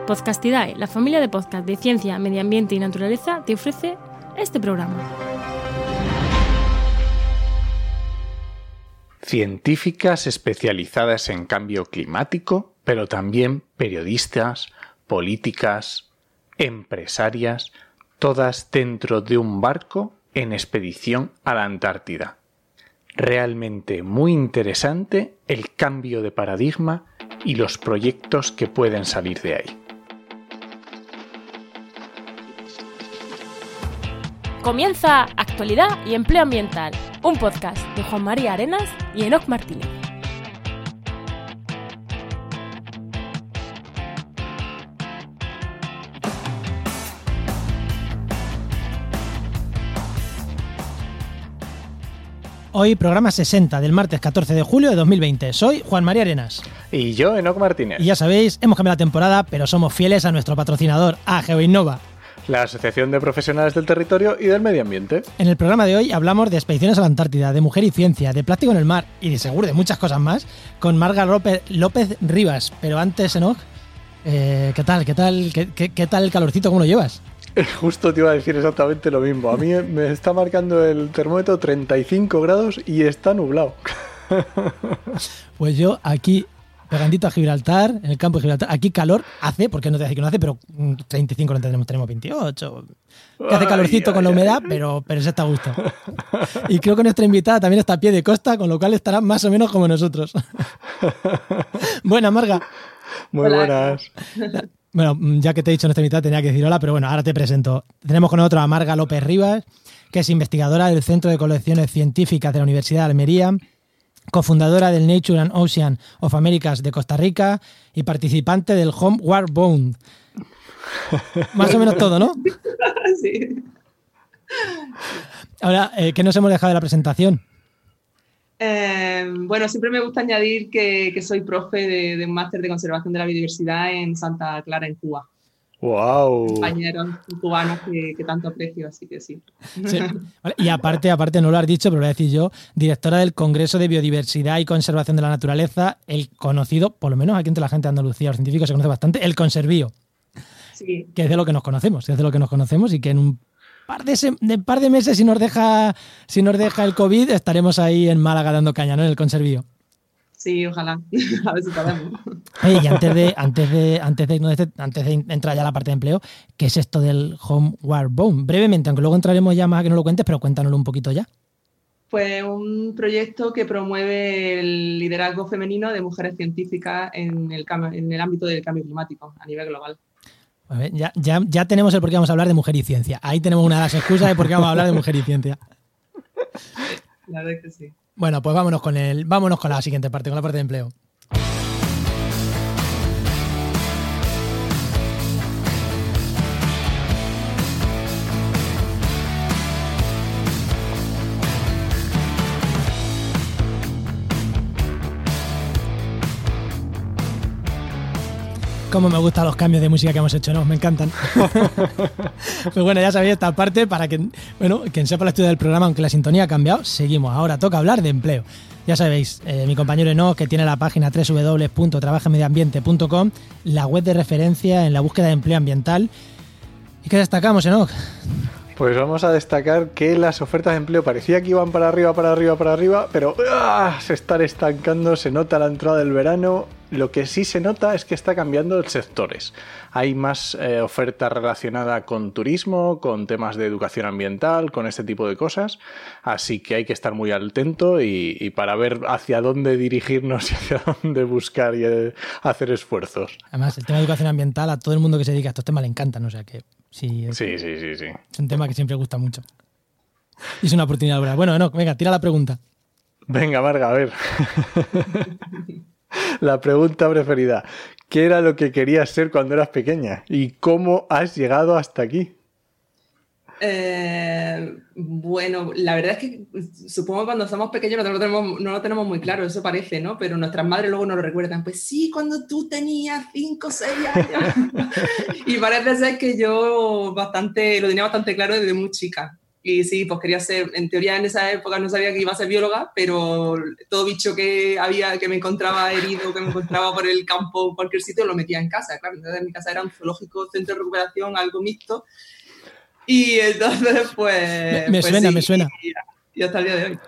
Podcastidae, la familia de podcast de ciencia, medio ambiente y naturaleza, te ofrece este programa. Científicas especializadas en cambio climático, pero también periodistas, políticas, empresarias, todas dentro de un barco en expedición a la Antártida. Realmente muy interesante el cambio de paradigma y los proyectos que pueden salir de ahí. Comienza Actualidad y Empleo Ambiental, un podcast de Juan María Arenas y Enoc Martínez. Hoy programa 60 del martes 14 de julio de 2020. Soy Juan María Arenas. Y yo, Enoc Martínez. Y ya sabéis, hemos cambiado la temporada, pero somos fieles a nuestro patrocinador, a GeoInnova, la Asociación de Profesionales del Territorio y del Medio Ambiente. En el programa de hoy hablamos de expediciones a la Antártida, de mujer y ciencia, de plástico en el mar y de seguro de muchas cosas más con Marga López Rivas. Pero antes, Enoc, ¿qué tal el calorcito? ¿Cómo lo llevas? Justo te iba a decir exactamente lo mismo. A mí me está marcando el termómetro 35 grados y está nublado. Pues yo aquí, pegandito a Gibraltar, en el campo de Gibraltar, aquí calor hace, porque no te voy a decir que no hace, pero 35 no tenemos 28. Que hace calorcito con la humedad, pero se está a gusto. Y creo que nuestra invitada también está a pie de costa, con lo cual estará más o menos como nosotros. Buenas, Marga. Muy Hola. buenas. Bueno, ya que te he dicho nuestra invitada tenía que decir hola, pero bueno, ahora te presento. Tenemos con nosotros a Marga López Rivas, que es investigadora del Centro de Colecciones Científicas de la Universidad de Almería, cofundadora del Nature and Ocean of Americas de Costa Rica y participante del Homeward Bound. Más o menos todo, ¿no? Sí. Ahora, ¿qué nos hemos dejado de la presentación? Bueno, siempre me gusta añadir que soy profe de un máster de conservación de la biodiversidad en Santa Clara, en Cuba. ¡Wow! Compañeros cubanos que tanto aprecio, así que sí. Sí. Vale. Y aparte, no lo has dicho, pero lo voy a decir yo, directora del Congreso de Biodiversidad y Conservación de la Naturaleza, el conocido, por lo menos aquí entre la gente de Andalucía, los científicos se conoce bastante, el Conservío. Sí. Que es de lo que nos conocemos, y que en un par de meses, si nos deja el COVID, estaremos ahí en Málaga dando caña, ¿no? En el Conservío. Sí, ojalá. A ver si podemos. Oye, y antes de entrar ya a la parte de empleo, ¿qué es esto del Homeward Bound? Brevemente, aunque luego entraremos ya más a que no lo cuentes, pero cuéntanoslo un poquito ya. Pues un proyecto que promueve el liderazgo femenino de mujeres científicas en el ámbito del cambio climático a nivel global. A ver, ya tenemos el por qué vamos a hablar de mujer y ciencia. Ahí tenemos una de las excusas de por qué vamos a hablar de mujer y ciencia. La verdad es que sí. Bueno, pues vámonos con la siguiente parte, con la parte de empleo. Cómo me gustan los cambios de música que hemos hecho, ¿no? Me encantan. Pues bueno, ya sabéis esta parte para que, bueno, quien sepa la estudia del programa, aunque la sintonía ha cambiado, seguimos. Ahora toca hablar de empleo. Ya sabéis, mi compañero Enoc, que tiene la página www.trabajamediambiente.com, la web de referencia en la búsqueda de empleo ambiental. ¿Y qué destacamos, Enoc? Pues vamos a destacar que las ofertas de empleo parecía que iban para arriba, pero se están estancando, se nota la entrada del verano. Lo que sí se nota es que está cambiando los sectores. Hay más oferta relacionada con turismo, con temas de educación ambiental, con este tipo de cosas. Así que hay que estar muy atento y para ver hacia dónde dirigirnos y hacia dónde buscar y hacer esfuerzos. Además, el tema de educación ambiental a todo el mundo que se dedica a estos temas le encantan, o sea que sí. Sí. Es un tema que siempre gusta mucho. Y es una oportunidad laboral. Bueno, no, venga, tira la pregunta. Venga, Marga, a ver. La pregunta preferida. ¿Qué era lo que querías ser cuando eras pequeña? ¿Y cómo has llegado hasta aquí? Bueno, la verdad es que supongo que cuando somos pequeños no lo tenemos muy claro, eso parece, ¿no? Pero nuestras madres luego nos lo recuerdan. Pues sí, cuando tú tenías 5 o 6 años. Y parece ser que yo lo tenía bastante claro desde muy chica. Y sí, pues quería ser, en teoría en esa época no sabía que iba a ser bióloga, pero todo bicho que me encontraba herido, que me encontraba por el campo, cualquier sitio, lo metía en casa, claro. Entonces mi casa era un zoológico, centro de recuperación, algo mixto. Y entonces, pues... Me pues suena, sí, me suena. Y hasta el día de hoy.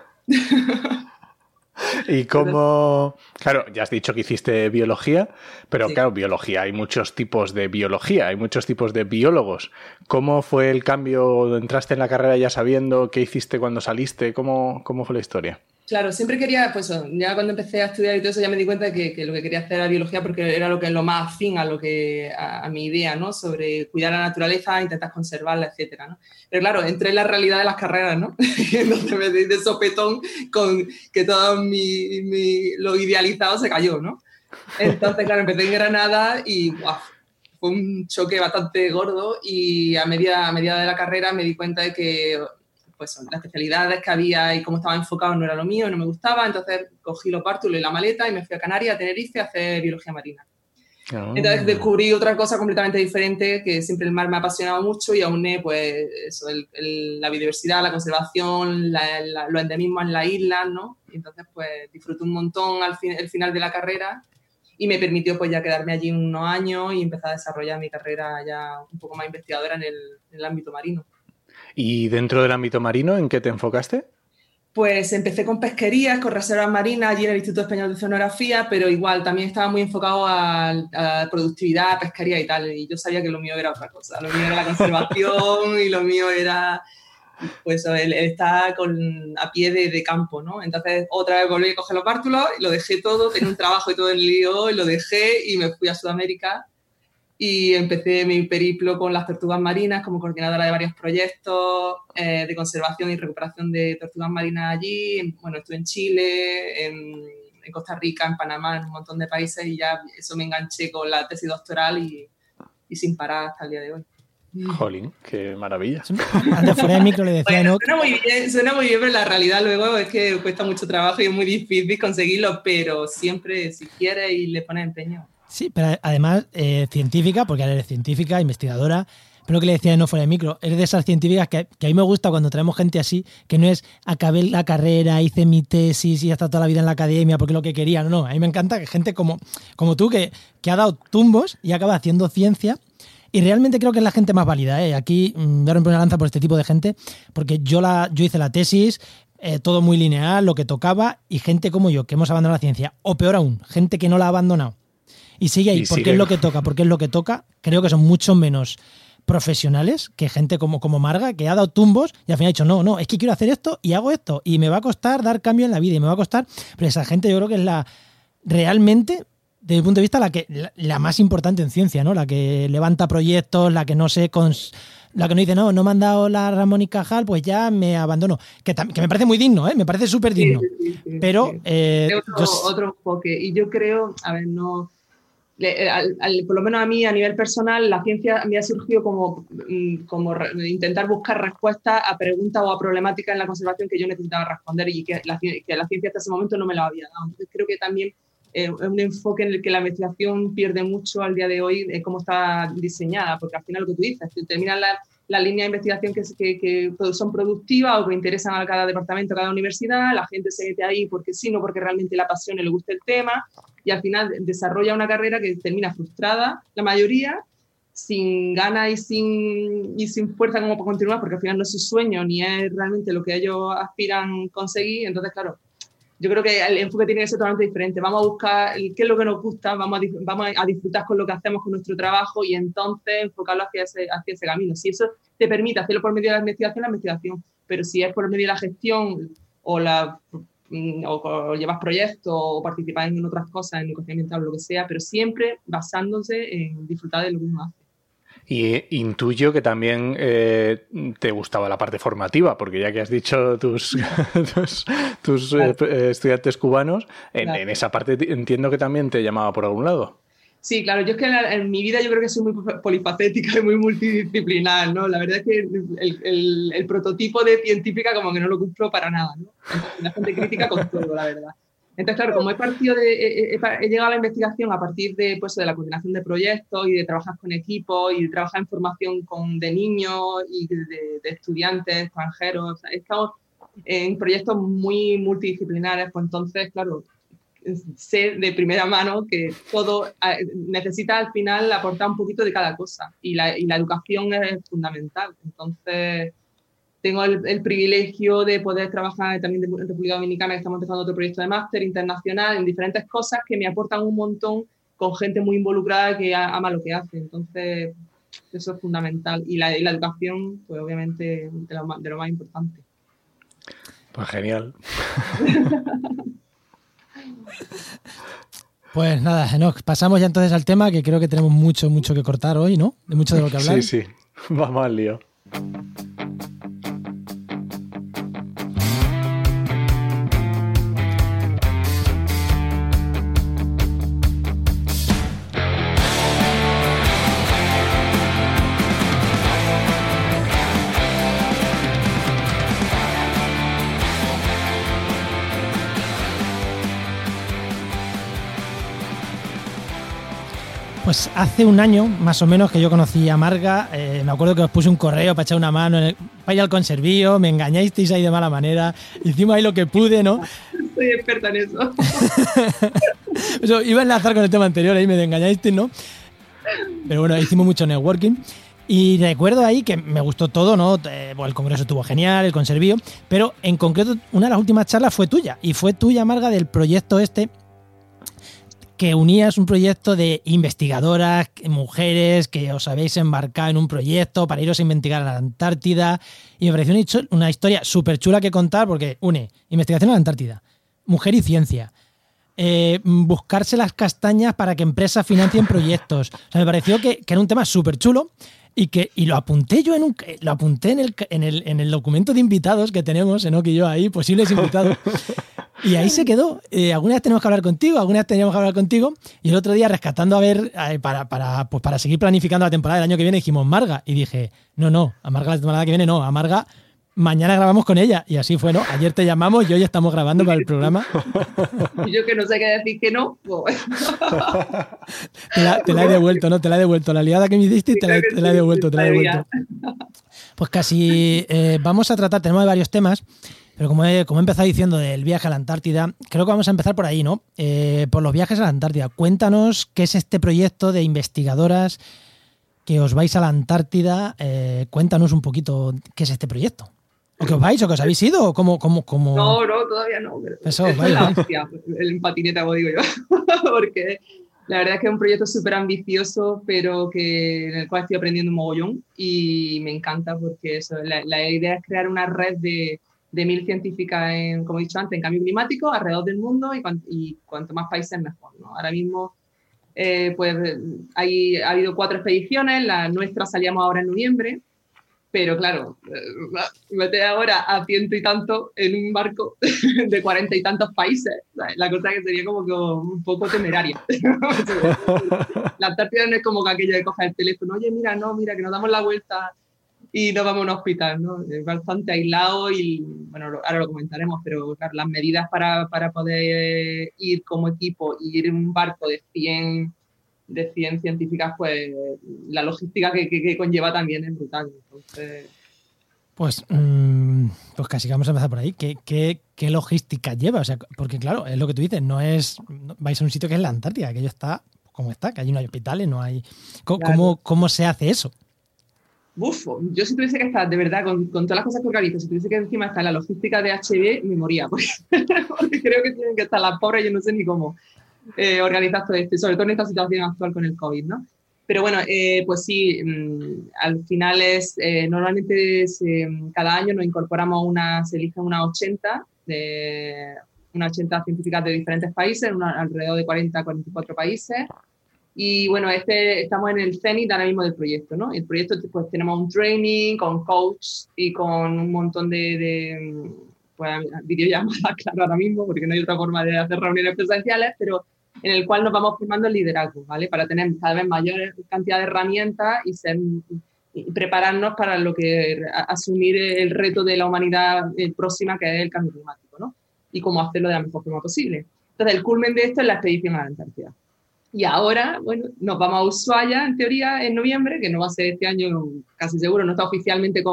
Y cómo, claro, ya has dicho que hiciste biología, pero Sí. claro, biología, hay muchos tipos de biología, hay muchos tipos de biólogos. ¿Cómo fue el cambio? ¿Entraste en la carrera ya sabiendo qué hiciste cuando saliste? ¿Cómo fue la historia? Claro, siempre quería, pues ya cuando empecé a estudiar y todo eso ya me di cuenta de que lo que quería hacer era biología porque era lo más afín a mi idea, ¿no? Sobre cuidar la naturaleza, intentar conservarla, etcétera, ¿no? Pero claro, entré en la realidad de las carreras, ¿no? Entonces me di de sopetón con que todo lo idealizado se cayó, ¿no? Entonces, claro, empecé en Granada y ¡buah! Fue un choque bastante gordo y a medida de la carrera me di cuenta de que pues las especialidades que había y cómo estaba enfocado no era lo mío, no me gustaba, entonces cogí los bártulos y la maleta y me fui a Canarias, a Tenerife, a hacer biología marina. Oh. Entonces descubrí otra cosa completamente diferente, que siempre el mar me ha apasionado mucho y auné pues eso, la biodiversidad, la conservación, los endemismos en la isla, ¿no? Y entonces pues disfruté un montón el final de la carrera y me permitió pues ya quedarme allí unos años y empezar a desarrollar mi carrera ya un poco más investigadora en el ámbito marino. ¿Y dentro del ámbito marino, en qué te enfocaste? Pues empecé con pesquerías, con reservas marinas, allí en el Instituto Español de Oceanografía, pero igual también estaba muy enfocado a productividad, pesquería y tal, y yo sabía que lo mío era otra cosa, lo mío era la conservación y lo mío era pues el estar a pie de campo, ¿no? Entonces otra vez volví a coger los bártulos y lo dejé todo, tenía un trabajo y todo el lío, y lo dejé y me fui a Sudamérica. Y empecé mi periplo con las tortugas marinas como coordinadora de varios proyectos de conservación y recuperación de tortugas marinas allí. Bueno, estuve en Chile, en Costa Rica, en Panamá, en un montón de países y ya eso me enganché con la tesis doctoral y sin parar hasta el día de hoy. Jolín, qué maravilla. Antes fuera de micro le decía, Bueno, ¿no? suena muy bien, pero la realidad luego es que cuesta mucho trabajo y es muy difícil conseguirlo, pero siempre si quieres y le pones empeño. Sí, pero además científica, porque eres científica, investigadora, pero lo que le decía no fuera de micro, eres de esas científicas que a mí me gusta cuando traemos gente así, que no es acabé la carrera, hice mi tesis y ya está toda la vida en la academia porque es lo que quería, no, a mí me encanta que gente como tú que ha dado tumbos y acaba haciendo ciencia. Y realmente creo que es la gente más válida, ¿eh? Aquí voy a romper una lanza por este tipo de gente, porque yo hice la tesis, todo muy lineal, lo que tocaba, y gente como yo, que hemos abandonado la ciencia, o peor aún, gente que no la ha abandonado y sigue ahí porque es lo que toca, creo que son mucho menos profesionales que gente como Marga, que ha dado tumbos y al final ha dicho, no, es que quiero hacer esto y hago esto, y me va a costar dar cambio en la vida, y me va a costar, pero esa gente yo creo que es realmente, desde mi punto de vista, la más importante en ciencia, ¿no? La que levanta proyectos, la que no dice, no me han dado la Ramón y Cajal, pues ya me abandono. Que me parece muy digno, ¿eh? Me parece súper digno. Sí, pero... Sí. Otro enfoque. Y yo creo, a ver, no... por lo menos a mí, a nivel personal, la ciencia me ha surgido como intentar buscar respuestas a preguntas o a problemáticas en la conservación que yo necesitaba responder y que la ciencia hasta ese momento no me la había dado. Entonces creo que también es un enfoque en el que la investigación pierde mucho al día de hoy cómo está diseñada, porque al final lo que tú dices, terminan la línea de investigación que son productivas o que interesan a cada departamento, a cada universidad, la gente se mete ahí porque sí, no porque realmente le apasiona y le gusta el tema, y al final desarrolla una carrera que termina frustrada, la mayoría, sin ganas y sin fuerza como para continuar, porque al final no es su sueño ni es realmente lo que ellos aspiran conseguir. Entonces, claro, yo creo que el enfoque tiene que ser totalmente diferente. Vamos a buscar qué es lo que nos gusta, vamos a disfrutar con lo que hacemos, con nuestro trabajo, y entonces enfocarlo hacia ese camino. Si eso te permite hacerlo por medio de la investigación, pero si es por medio de la gestión o llevas proyectos o participas en otras cosas, en educación ambiental o lo que sea, pero siempre basándose en disfrutar de lo que uno hace. Y intuyo que también te gustaba la parte formativa, porque ya que has dicho tus claro. Estudiantes cubanos, claro. En esa parte entiendo que también te llamaba por algún lado. Sí, claro, yo es que en mi vida yo creo que soy muy polifacética y muy multidisciplinar, ¿no? La verdad es que el prototipo de científica como que no lo cumplo para nada, ¿no? La gente crítica con todo, la verdad. Entonces, claro, como he llegado a la investigación a partir de, pues, de la coordinación de proyectos y de trabajar con equipos y de trabajar en formación de niños y de estudiantes extranjeros. O sea, he estado en proyectos muy multidisciplinares, pues entonces, claro, sé de primera mano que todo necesita al final aportar un poquito de cada cosa y la educación es fundamental. Entonces, tengo el privilegio de poder trabajar también en República Dominicana, que estamos empezando otro proyecto de máster internacional en diferentes cosas que me aportan un montón con gente muy involucrada que ama lo que hace. Entonces, eso es fundamental. Y la educación, pues obviamente, de lo más importante. Pues genial. Pues nada, Enoch, pasamos ya entonces al tema, que creo que tenemos mucho que cortar hoy, ¿no? De mucho de lo que hablar. Sí, vamos al lío. Pues hace un año, más o menos, que yo conocí a Marga. Me acuerdo que os puse un correo para echar una mano para ir al conservío, me engañasteis ahí de mala manera, hicimos ahí lo que pude, ¿no? Soy experta en eso. Eso iba a enlazar con el tema anterior, ahí me engañasteis, ¿no? Pero bueno, hicimos mucho networking. Y recuerdo ahí que me gustó todo, ¿no? El congreso estuvo genial, el conservío, pero en concreto una de las últimas charlas fue tuya, y fue tuya, Marga, del proyecto este, que unías un proyecto de investigadoras, mujeres, que os habéis embarcado en un proyecto para iros a investigar a la Antártida, y me pareció una historia súper chula que contar, porque une investigación a la Antártida, mujer y ciencia, buscarse las castañas para que empresas financien proyectos. O sea, me pareció que era un tema súper chulo, y lo apunté yo en el documento de invitados que tenemos, Enoch y yo ahí, posibles invitados. Y ahí se quedó. Alguna vez tenemos que hablar contigo, alguna vez teníamos que hablar contigo, y el otro día, rescatando a ver, para seguir planificando la temporada del año que viene, dijimos Marga, y dije, no, a Marga la temporada que viene no, a Marga mañana grabamos con ella, y así fue, ¿no? Ayer te llamamos y hoy estamos grabando para el programa. Y yo que no sé qué decir que no, pues... te la he devuelto, ¿no? Te la he devuelto. La liada que me hiciste, te la he devuelto, Pues casi vamos a tratar, tenemos varios temas, pero como he empezado diciendo del viaje a la Antártida, creo que vamos a empezar por ahí, ¿no? Por los viajes a la Antártida. Cuéntanos qué es este proyecto de investigadoras que os vais a la Antártida. Cuéntanos un poquito qué es este proyecto. ¿O que os vais o que os habéis ido? ¿O cómo? No, todavía no. Pero eso, es la hostia, el patinete, como digo yo. Porque la verdad es que es un proyecto súper ambicioso, pero en el cual estoy aprendiendo un mogollón y me encanta porque la idea es crear una red de 1.000 científicas, como he dicho antes, en cambio climático alrededor del mundo, y cuanto más países mejor, ¿no? Ahora mismo pues ha habido 4 expediciones, la nuestra salíamos ahora en noviembre, pero claro, meter ahora a 100 y tanto en un barco de 40 y tantos países, la cosa que sería como que un poco temeraria. La Antártida no es como que aquello de coger el teléfono, oye, mira, que nos damos la vuelta y nos vamos a un hospital, ¿no? Es bastante aislado y, bueno, ahora lo comentaremos, pero claro, las medidas para poder ir como equipo y ir en un barco de 100 científicas, pues la logística que conlleva también es brutal. Entonces... Pues casi vamos a empezar por ahí. ¿Qué logística lleva? O sea, porque claro, es lo que tú dices, vais a un sitio que es la Antártida, aquello está como está, que allí no hay hospitales, no hay... ¿Cómo se hace eso? Bufo, yo si tuviese que estar, de verdad, con todas las cosas que organizo, si tuviese que encima estar la logística de HB, me moría, porque creo que tienen que estar las pobres, yo no sé ni cómo organizar todo esto, sobre todo en esta situación actual con el COVID, ¿no? Pero bueno, pues sí, al final normalmente cada año nos incorporamos se eligen unas 80 científicas de diferentes países, alrededor de 44 países. Y bueno, estamos en el cenit ahora mismo del proyecto, ¿no? El proyecto, pues tenemos un training con coach y con un montón de videollamadas, claro, ahora mismo, porque no hay otra forma de hacer reuniones presenciales, pero en el cual nos vamos formando el liderazgo, ¿vale? Para tener cada vez mayor cantidad de herramientas y prepararnos para asumir el reto de la humanidad próxima, que es el cambio climático, ¿no? Y cómo hacerlo de la mejor forma posible. Entonces, el culmen de esto es la expedición a la Antártida. Y ahora, bueno, nos vamos a Ushuaia, en teoría, en noviembre, que no va a ser este año casi seguro, no está oficialmente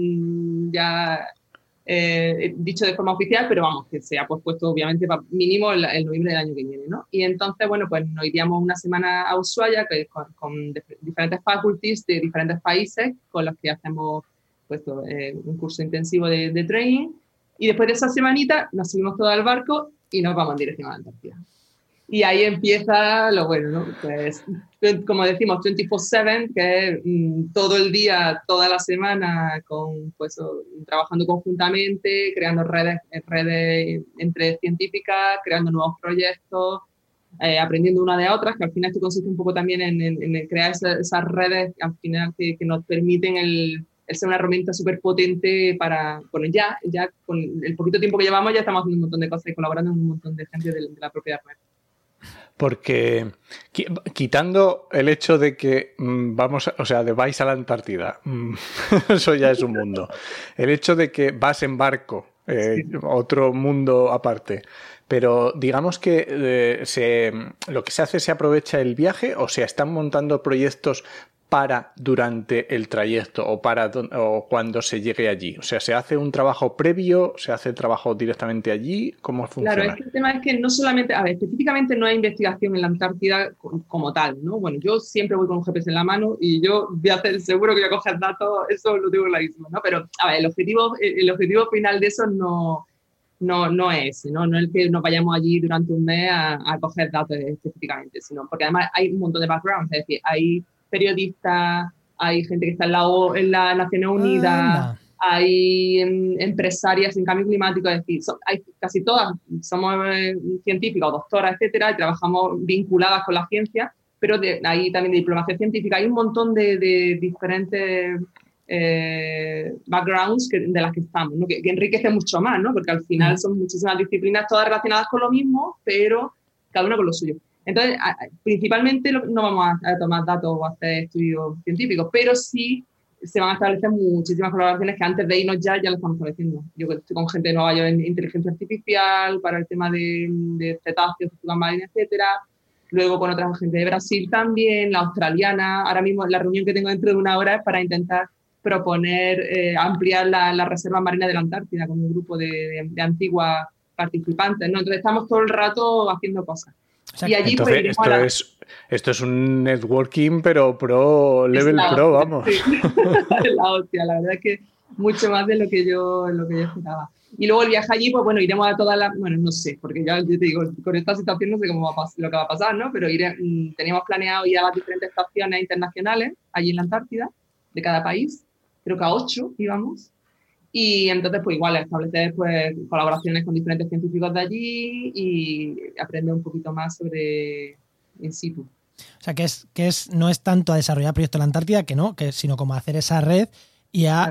ya dicho de forma oficial, pero vamos, que se ha pospuesto obviamente para mínimo el noviembre del año que viene, ¿no? Y entonces, bueno, pues nos iríamos una semana a Ushuaia con diferentes faculties de diferentes países con los que hacemos pues, un curso intensivo de training. Y después de esa semanita nos subimos todos al barco y nos vamos en dirección a la Antártida. Y ahí empieza lo bueno, ¿no? Pues, como decimos, 24/7, que es todo el día, toda la semana, trabajando conjuntamente, creando redes entre científicas, creando nuevos proyectos, aprendiendo una de otras, que al final esto consiste un poco también en crear esas redes al final que nos permiten el ser una herramienta súper potente para, bueno, ya con el poquito tiempo que llevamos ya estamos haciendo un montón de cosas y colaborando con un montón de gente de la propia red. Porque quitando el hecho de que vais a la Antártida, eso ya es un mundo. El hecho de que vas en barco, otro mundo aparte. Pero digamos que lo que se hace, se aprovecha el viaje, o sea, están montando proyectos para durante el trayecto o cuando se llegue allí. O sea, ¿se hace un trabajo previo? ¿Se hace el trabajo directamente allí? ¿Cómo funciona? Claro, es que el tema es que no solamente, específicamente no hay investigación en la Antártida como tal, ¿no? Bueno, yo siempre voy con un GPS en la mano y yo voy a hacer seguro que voy a coger datos, eso lo tengo clarísimo, ¿no? Pero, el objetivo final de eso no es ese, ¿no? No es el que nos vayamos allí durante un mes a coger datos específicamente, sino porque además hay un montón de backgrounds, es decir, hay periodistas, hay gente que está en la Naciones Unidas, hay empresarias en cambio climático, es decir, hay casi todas, somos científicos, doctoras, etcétera, y trabajamos vinculadas con la ciencia, pero hay también de diplomacia científica, hay un montón de diferentes backgrounds de las que estamos, ¿no? que enriquece mucho más, ¿no? Porque al final son muchísimas disciplinas todas relacionadas con lo mismo, pero cada una con lo suyo. Entonces, principalmente no vamos a tomar datos o a hacer estudios científicos, pero sí se van a establecer muchísimas colaboraciones que antes de irnos ya lo estamos estableciendo. Yo estoy con gente de Nueva York en inteligencia artificial, para el tema de cetáceos, tortugas marinas, etcétera. Luego con otra gente de Brasil también, la australiana. Ahora mismo la reunión que tengo dentro de una hora es para intentar proponer ampliar la reserva marina de la Antártida con un grupo de antiguas participantes, ¿no? Entonces estamos todo el rato haciendo cosas. O sea, y allí entonces, esto es un networking, pero level pro, vamos. Sí. La hostia, la verdad es que mucho más de lo que yo esperaba. Y luego el viaje allí, pues bueno, iremos a todas las... Bueno, no sé, porque ya yo te digo, con esta situación no sé lo que va a pasar, ¿no? Pero teníamos planeado ir a las diferentes estaciones internacionales allí en la Antártida, de cada país. Creo que a 8 íbamos. Y entonces, pues igual, establecer pues, colaboraciones con diferentes científicos de allí y aprender un poquito más sobre in situ. O sea, que no es tanto a desarrollar proyectos en la Antártida, sino como hacer esa red y a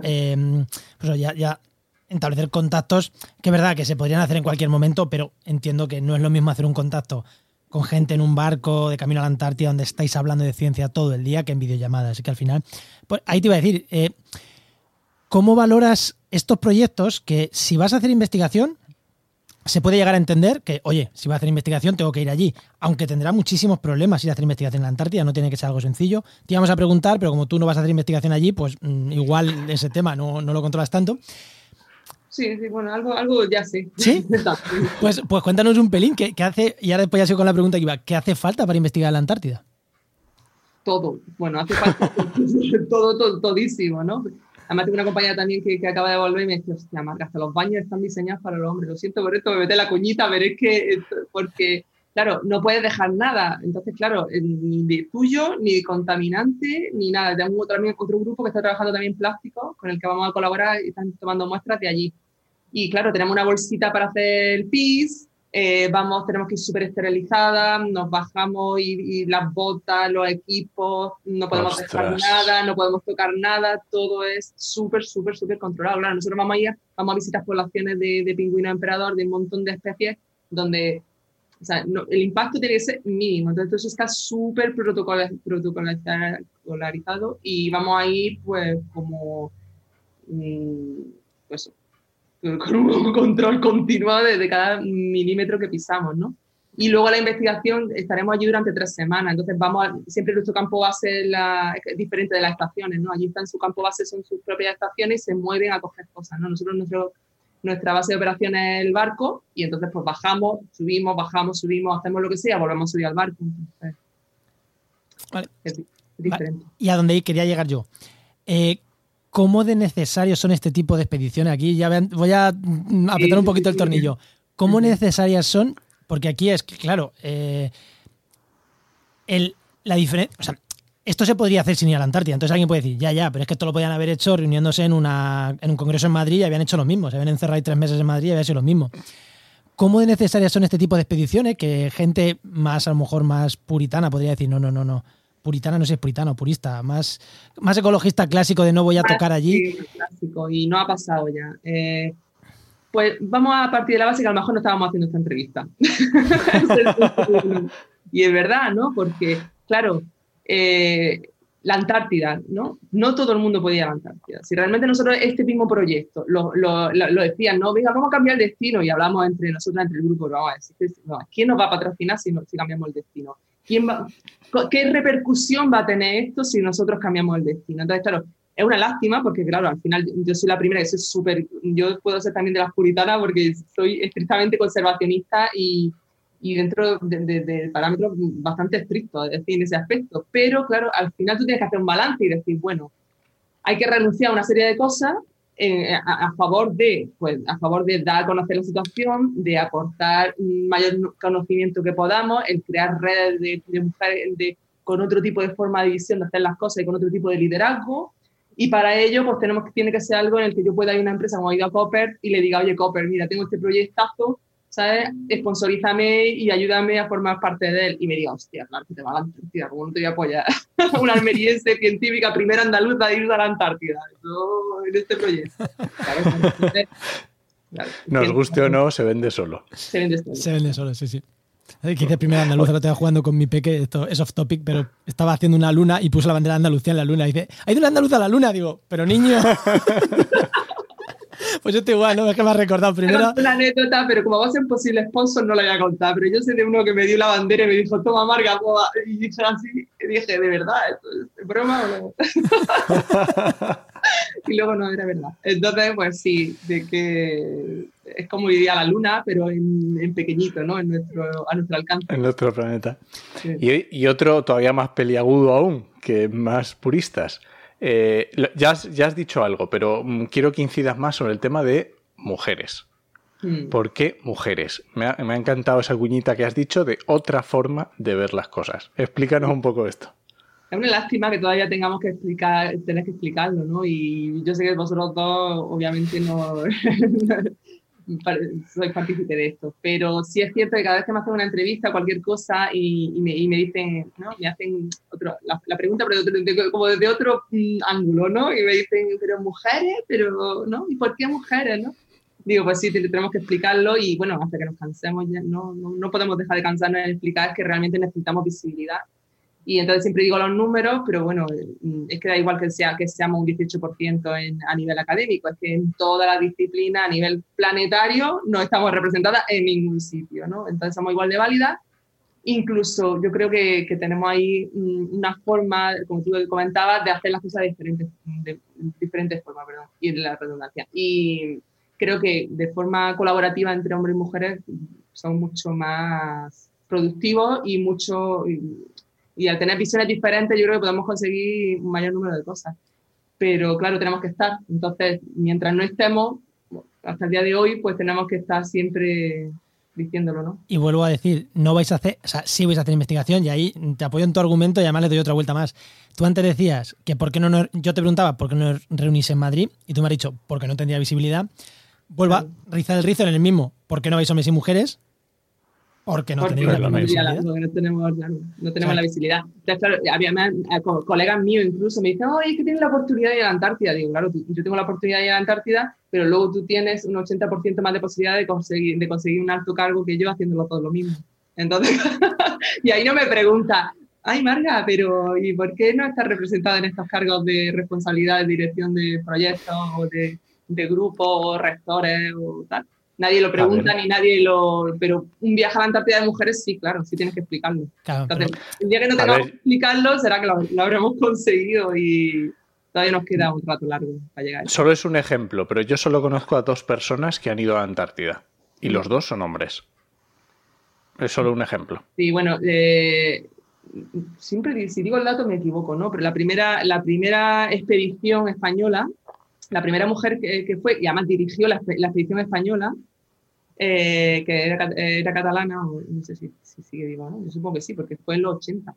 ya establecer contactos, que es verdad que se podrían hacer en cualquier momento, pero entiendo que no es lo mismo hacer un contacto con gente en un barco de camino a la Antártida donde estáis hablando de ciencia todo el día que en videollamadas. Así que al final, pues ahí te iba a decir, ¿cómo valoras estos proyectos que si vas a hacer investigación, se puede llegar a entender que, oye, si vas a hacer investigación tengo que ir allí, aunque tendrá muchísimos problemas ir a hacer investigación en la Antártida, no tiene que ser algo sencillo. Te íbamos a preguntar, pero como tú no vas a hacer investigación allí, pues igual ese tema no lo controlas tanto. Sí, bueno, algo ya sé. ¿Sí? Pues cuéntanos un pelín, ¿qué hace? Y ahora después ya sigo con la pregunta que iba, ¿qué hace falta para investigar en la Antártida? Todo. Bueno, hace falta todísimo, ¿no? Además tengo una compañera también que acaba de volver y me dice, hostia, Marca, hasta los baños están diseñados para los hombres. Lo siento por esto, me mete la cuñita, pero es que, porque, claro, no puedes dejar nada. Entonces, claro, ni de tuyo, ni de contaminante, ni nada. Tengo otro grupo que está trabajando también en plástico, con el que vamos a colaborar y están tomando muestras de allí. Y claro, tenemos una bolsita para hacer el pis, tenemos que ir súper esterilizadas, nos bajamos y las botas, los equipos, no podemos dejar nada, no podemos tocar nada, todo es súper, súper, súper controlado. Claro, nosotros vamos a visitar poblaciones de pingüino emperador, de un montón de especies, donde el impacto tiene que ser mínimo, entonces eso está súper protocolarizado y vamos a ir pues como pues con un control continuado de cada milímetro que pisamos, ¿no? Y luego la investigación estaremos allí durante 3 semanas. Entonces siempre nuestro campo base es diferente de las estaciones, ¿no? Allí está en su campo base, son sus propias estaciones y se mueven a coger cosas, ¿no? Nosotros nuestra base de operaciones es el barco y entonces pues bajamos, subimos, hacemos lo que sea, volvemos a subir al barco. Entonces, vale. Es diferente. Vale. Y a donde quería llegar yo. ¿Cómo de necesarios son este tipo de expediciones? Aquí ya voy a apretar un poquito el tornillo. ¿Cómo necesarias son? Porque aquí es que, claro, la diferencia... O sea, esto se podría hacer sin ir a la Antártida. Entonces alguien puede decir, ya, pero es que esto lo podían haber hecho reuniéndose en un congreso en Madrid y habían hecho lo mismo. Se habían encerrado ahí 3 meses en Madrid y habían hecho lo mismo. ¿Cómo de necesarias son este tipo de expediciones? Que gente más, a lo mejor, más puritana podría decir, no. Puritana no sé si es puritano, purista. Más ecologista clásico de no voy a tocar allí. Sí, clásico, y no ha pasado ya. Pues vamos a partir de la base que a lo mejor no estábamos haciendo esta entrevista. Y es verdad, ¿no? Porque, claro, la Antártida, ¿no? No todo el mundo podía ir a la Antártida. Si realmente nosotros este mismo proyecto lo decían, no, venga, vamos a cambiar el destino, y hablamos entre nosotros, entre el grupo, vamos a decir, no, ¿quién nos va a patrocinar si cambiamos el destino? ¿Qué repercusión va a tener esto si nosotros cambiamos el destino? Entonces, claro, es una lástima porque, claro, al final yo soy la primera que soy yo puedo ser también de las puritanas porque soy estrictamente conservacionista y dentro de parámetros bastante estrictos, es decir, en ese aspecto. Pero, claro, al final tú tienes que hacer un balance y decir, bueno, hay que renunciar a una serie de cosas a favor de dar a conocer la situación, de aportar mayor conocimiento que podamos, el crear redes de mujeres con otro tipo de forma de visión de hacer las cosas y con otro tipo de liderazgo. Y para ello, pues tiene que ser algo en el que yo pueda ir a una empresa como ha ido a Copper y le diga, oye, Copper, mira, tengo este proyectazo, ¿sabes? Sponsorízame y ayúdame a formar parte de él. Y me diga, hostia, claro, que te va a la Antártida, ¿cómo no te voy a apoyar? Una almeriense científica, primera andaluza de ir a la Antártida. Eso, en este proyecto. Claro, nos guste o no, se vende solo. Se vende solo, sí. Que hice primera andaluza, lo estaba jugando con mi peque, esto es off topic, pero estaba haciendo una luna y puso la bandera de Andalucía en la luna. Y dice, ¿ha ido una andaluza a la luna? Digo, pero niño... Pues yo estoy igual, ¿no? Es que me has recordado primero. Es una anécdota, pero como va a ser posible sponsor, no la voy a contar. Pero yo sé de uno que me dio la bandera y me dijo, toma, Marga, y dije así, y dije, ¿de verdad? ¿Esto es broma o no? Y luego no, era verdad. Entonces, pues sí, de que es como iría a la luna, pero en pequeñito, ¿no? A nuestro alcance. En nuestro planeta. Sí. Y otro todavía más peliagudo aún, que más puristas. Ya has dicho algo, pero quiero que incidas más sobre el tema de mujeres. ¿Por qué mujeres? Me ha encantado esa cuñita que has dicho de otra forma de ver las cosas. Explícanos un poco esto. Es una lástima que todavía tengamos que tener que explicarlo, ¿no? Y yo sé que vosotros dos, obviamente, no sois partícipe de esto, pero sí es cierto que cada vez que me hacen una entrevista, cualquier cosa, y me dicen, ¿no? Me hacen la pregunta, pero como desde otro ángulo, ¿no? Y me dicen, pero mujeres, pero, ¿no? ¿Y por qué mujeres, no? Digo, pues sí, tenemos que explicarlo y, bueno, hasta que nos cansemos ya, no podemos dejar de cansarnos en explicar que realmente necesitamos visibilidad. Y entonces siempre digo los números, pero bueno, es que da igual que seamos un 18% a nivel académico, es que en toda la disciplina a nivel planetario no estamos representadas en ningún sitio, ¿no? Entonces somos igual de válidas. Incluso yo creo que tenemos ahí una forma, como tú comentabas, de hacer las cosas de diferentes formas, perdón, y de la redundancia. Y creo que de forma colaborativa entre hombres y mujeres son mucho más productivos y al tener visiones diferentes yo creo que podemos conseguir un mayor número de cosas. Pero claro, tenemos que estar. Entonces, mientras no estemos, hasta el día de hoy, pues tenemos que estar siempre diciéndolo, ¿no? Y vuelvo a decir, no vais a hacer, o sea, sí vais a hacer investigación y ahí te apoyo en tu argumento y además le doy otra vuelta más. Tú antes decías que por qué no, yo te preguntaba por qué no reunís en Madrid y tú me has dicho porque no tendría visibilidad. Vuelvo a rizar el rizo en el mismo. ¿Por qué no vais hombres y mujeres? Porque no tenéis la visibilidad. Porque no tenemos la visibilidad. Entonces, claro, había colegas míos incluso me dicen, oye, es que tienes la oportunidad de ir a la Antártida. Digo, claro, yo tengo la oportunidad de ir a la Antártida, pero luego tú tienes un 80% más de posibilidad de conseguir un alto cargo que yo haciéndolo todo lo mismo. Entonces, y ahí no me pregunta, ay, Marga, pero ¿y por qué no estás representada en estos cargos de responsabilidad de dirección de proyectos o de grupos o rectores o tal? Nadie lo pregunta ni nadie lo... Pero un viaje a la Antártida de mujeres, sí, claro, sí tienes que explicarlo. Claro, entonces, el día que no tengamos que explicarlo, será que lo habremos conseguido y todavía nos queda un rato largo para llegar. Solo es un ejemplo, pero yo solo conozco a 2 personas que han ido a la Antártida. Y los 2 son hombres. Es solo un ejemplo. Sí, bueno, siempre si digo el dato me equivoco, ¿no? Pero la primera expedición española, la primera mujer que fue, y además dirigió la expedición española, que era catalana, o no sé si sigue viva, ¿no? Yo supongo que sí, porque fue en los 80.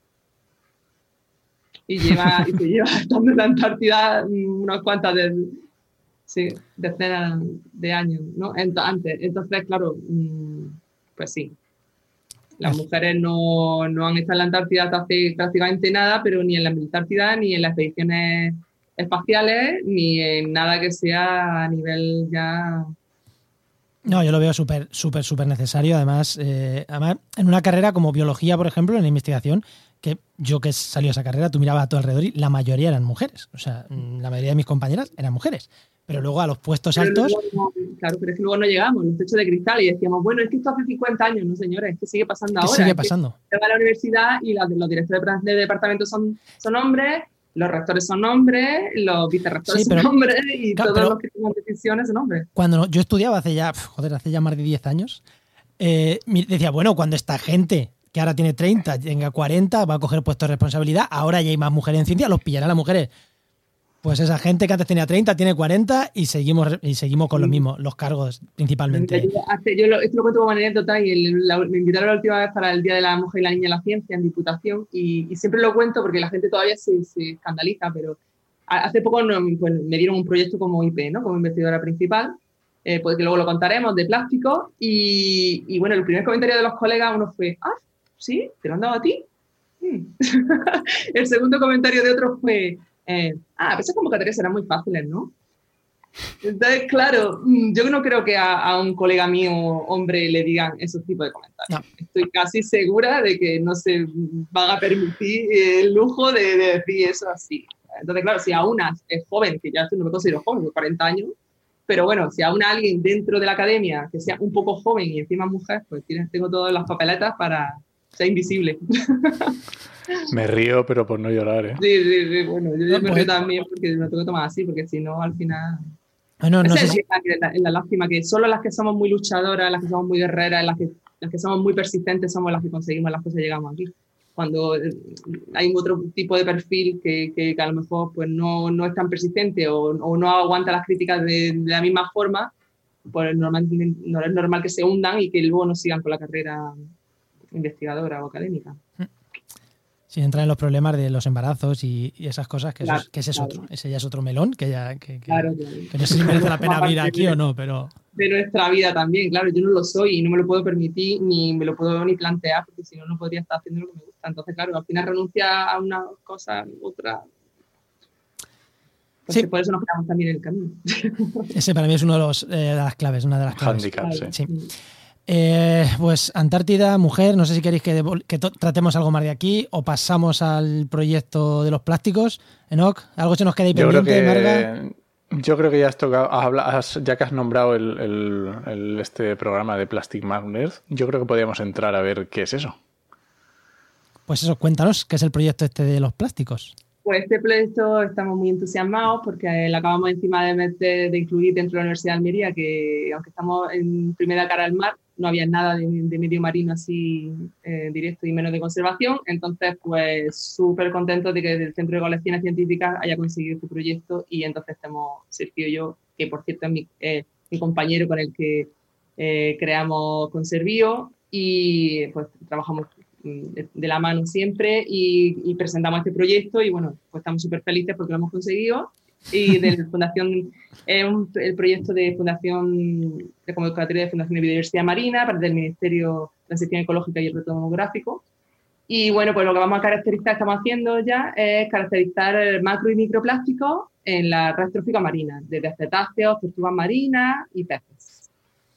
Y se lleva estando en la Antártida unas cuantas decenas de años, ¿no? Antes. Entonces, claro, pues sí. Las mujeres no han estado en la Antártida hasta hace prácticamente nada, pero ni en la Antártida, ni en las expediciones espaciales, ni en nada que sea a nivel ya... No, yo lo veo súper necesario. Además, en una carrera como biología, por ejemplo, en la investigación, que yo que salí a esa carrera, tú mirabas a tu alrededor y la mayoría eran mujeres. O sea, la mayoría de mis compañeras eran mujeres. Pero luego a los puestos altos... Claro, pero es que luego no llegamos, los techos de cristal, y decíamos, bueno, es que esto hace 50 años, no señores, es que sigue pasando ahora. Sigue pasando. Se va a la universidad y los directores de departamento son hombres, los rectores son hombres, los vicerrectores son hombres, y claro, todos los que toman decisiones son hombres. Cuando yo estudiaba hace ya más de 10 años, decía, bueno, cuando esta gente que ahora tiene 30, tenga 40, va a coger puestos de responsabilidad, ahora ya hay más mujeres en ciencia, los pillarán las mujeres. Pues esa gente que antes tenía 30, tiene 40 y seguimos con lo mismo, los cargos principalmente. Esto lo cuento como anécdota y me invitaron la última vez para el Día de la Mujer y la Niña en la Ciencia en Diputación y siempre lo cuento porque la gente todavía se escandaliza, pero hace poco pues, me dieron un proyecto como IP, ¿no? Como investigadora principal, pues que luego lo contaremos, de plástico y bueno, el primer comentario de los colegas uno fue, ¿sí? ¿Te lo han dado a ti? El segundo comentario de otro fue... pero esas convocatorias serán muy fáciles, ¿no? Entonces, claro, yo no creo que a un colega mío, hombre, le digan esos tipos de comentarios. No. Estoy casi segura de que no se van a permitir el lujo de decir eso así. Entonces, claro, si a una es joven, que ya no me considero joven, de 40 años, pero bueno, si a alguien dentro de la academia que sea un poco joven y encima mujer, pues tengo todas las papeletas para ser invisible. Me río, pero por no llorar, ¿eh? Sí, bueno, yo me río también porque me tengo que tomar así, porque si no, al final... Bueno, no sé si... Es la lástima que solo las que somos muy luchadoras, las que somos muy guerreras, las que somos muy persistentes somos las que conseguimos las cosas y llegamos aquí. Cuando hay otro tipo de perfil que a lo mejor pues no es tan persistente o no aguanta las críticas de la misma forma, pues no es normal que se hundan y que luego no sigan con la carrera investigadora o académica. Sin entrar en los problemas de los embarazos y esas cosas, que, claro, ese es otro. Ese ya es otro melón, que claro. no sé si merece la pena abrir aquí o no, pero... De nuestra vida también, claro, yo no lo soy y no me lo puedo permitir, ni me lo puedo ni plantear, porque si no, no podría estar haciendo lo que me gusta. Entonces, claro, al final renuncia a una cosa, otra... Entonces, sí. Por eso nos quedamos también en el camino. Ese para mí es una de las claves, una de las claves. Handicap, sí. Pues Antártida, mujer, no sé si queréis que tratemos algo más de aquí o pasamos al proyecto de los plásticos. Enoch, ¿algo se nos queda ahí pendiente, Marga? Yo creo que ya has tocado, ya que has nombrado este programa de Plastic Magnets, yo creo que podríamos entrar a ver qué es eso. Pues eso, cuéntanos, ¿qué es el proyecto este de los plásticos? Pues este proyecto estamos muy entusiasmados porque lo acabamos encima de incluir dentro de la Universidad de Almería, que aunque estamos en primera cara al mar, no había nada de medio marino así directo y menos de conservación. Entonces, pues súper contentos de que el Centro de Colecciones Científicas haya conseguido este proyecto y entonces estamos, Sergio y yo, que por cierto es mi compañero con el que creamos Conservío y pues trabajamos de la mano siempre y presentamos este proyecto y bueno, pues estamos súper felices porque lo hemos conseguido y de la Fundación, el proyecto de Fundación de convocatoria de Fundación de Biodiversidad Marina para el Ministerio de Transición Ecológica y el Reto Demográfico y bueno, pues lo que vamos a caracterizar, estamos haciendo ya es caracterizar macro y microplásticos en la red trófica marina, desde cetáceos, tortugas marinas y peces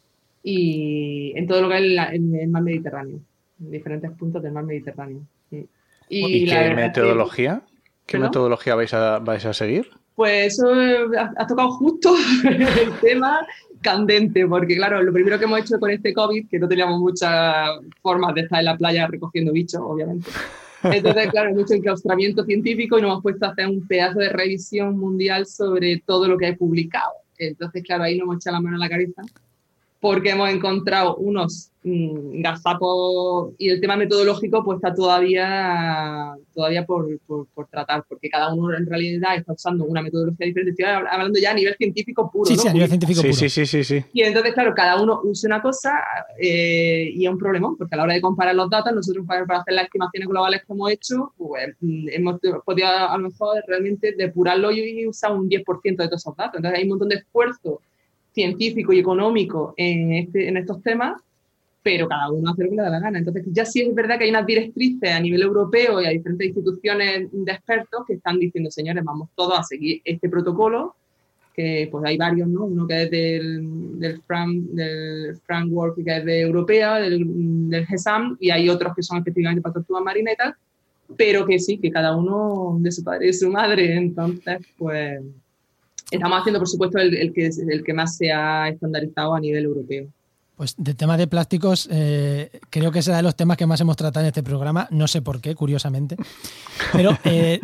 y en todo lo que es en el mar Mediterráneo, en diferentes puntos del mar Mediterráneo. ¿Y qué metodología? ¿Qué metodología vais a seguir? Pues eso has tocado justo el tema candente, porque claro, lo primero que hemos hecho con este COVID, que no teníamos muchas formas de estar en la playa recogiendo bichos, obviamente. Entonces, claro, hay mucho enclaustramiento científico y nos hemos puesto a hacer un pedazo de revisión mundial sobre todo lo que hay publicado. Entonces, claro, ahí nos hemos echado la mano en la cabeza porque hemos encontrado unos gazapos y el tema metodológico pues está todavía por tratar, porque cada uno en realidad está usando una metodología diferente. Estoy hablando ya a nivel científico puro, Sí, ¿no? sí, a nivel científico puro. Sí. Y entonces, claro, cada uno usa una cosa y es un problemón, porque a la hora de comparar los datos, nosotros para hacer las estimaciones globales que hemos hecho, pues hemos podido a lo mejor realmente depurarlo y usar un 10% de todos esos datos. Entonces hay un montón de esfuerzo científico y económico en estos temas, pero cada uno hace lo que le da la gana. Entonces ya sí es verdad que hay unas directrices a nivel europeo y a diferentes instituciones de expertos que están diciendo, señores, vamos todos a seguir este protocolo, que pues hay varios, ¿no? Uno que es del framework, que es de europea, del GESAM, y hay otros que son específicamente para tortugas marinas y tal, pero que sí, que cada uno de su padre y de su madre. Entonces, pues estamos haciendo, por supuesto, el que más se ha estandarizado a nivel europeo. Pues de tema de plásticos, creo que será de los temas que más hemos tratado en este programa, no sé por qué, curiosamente, pero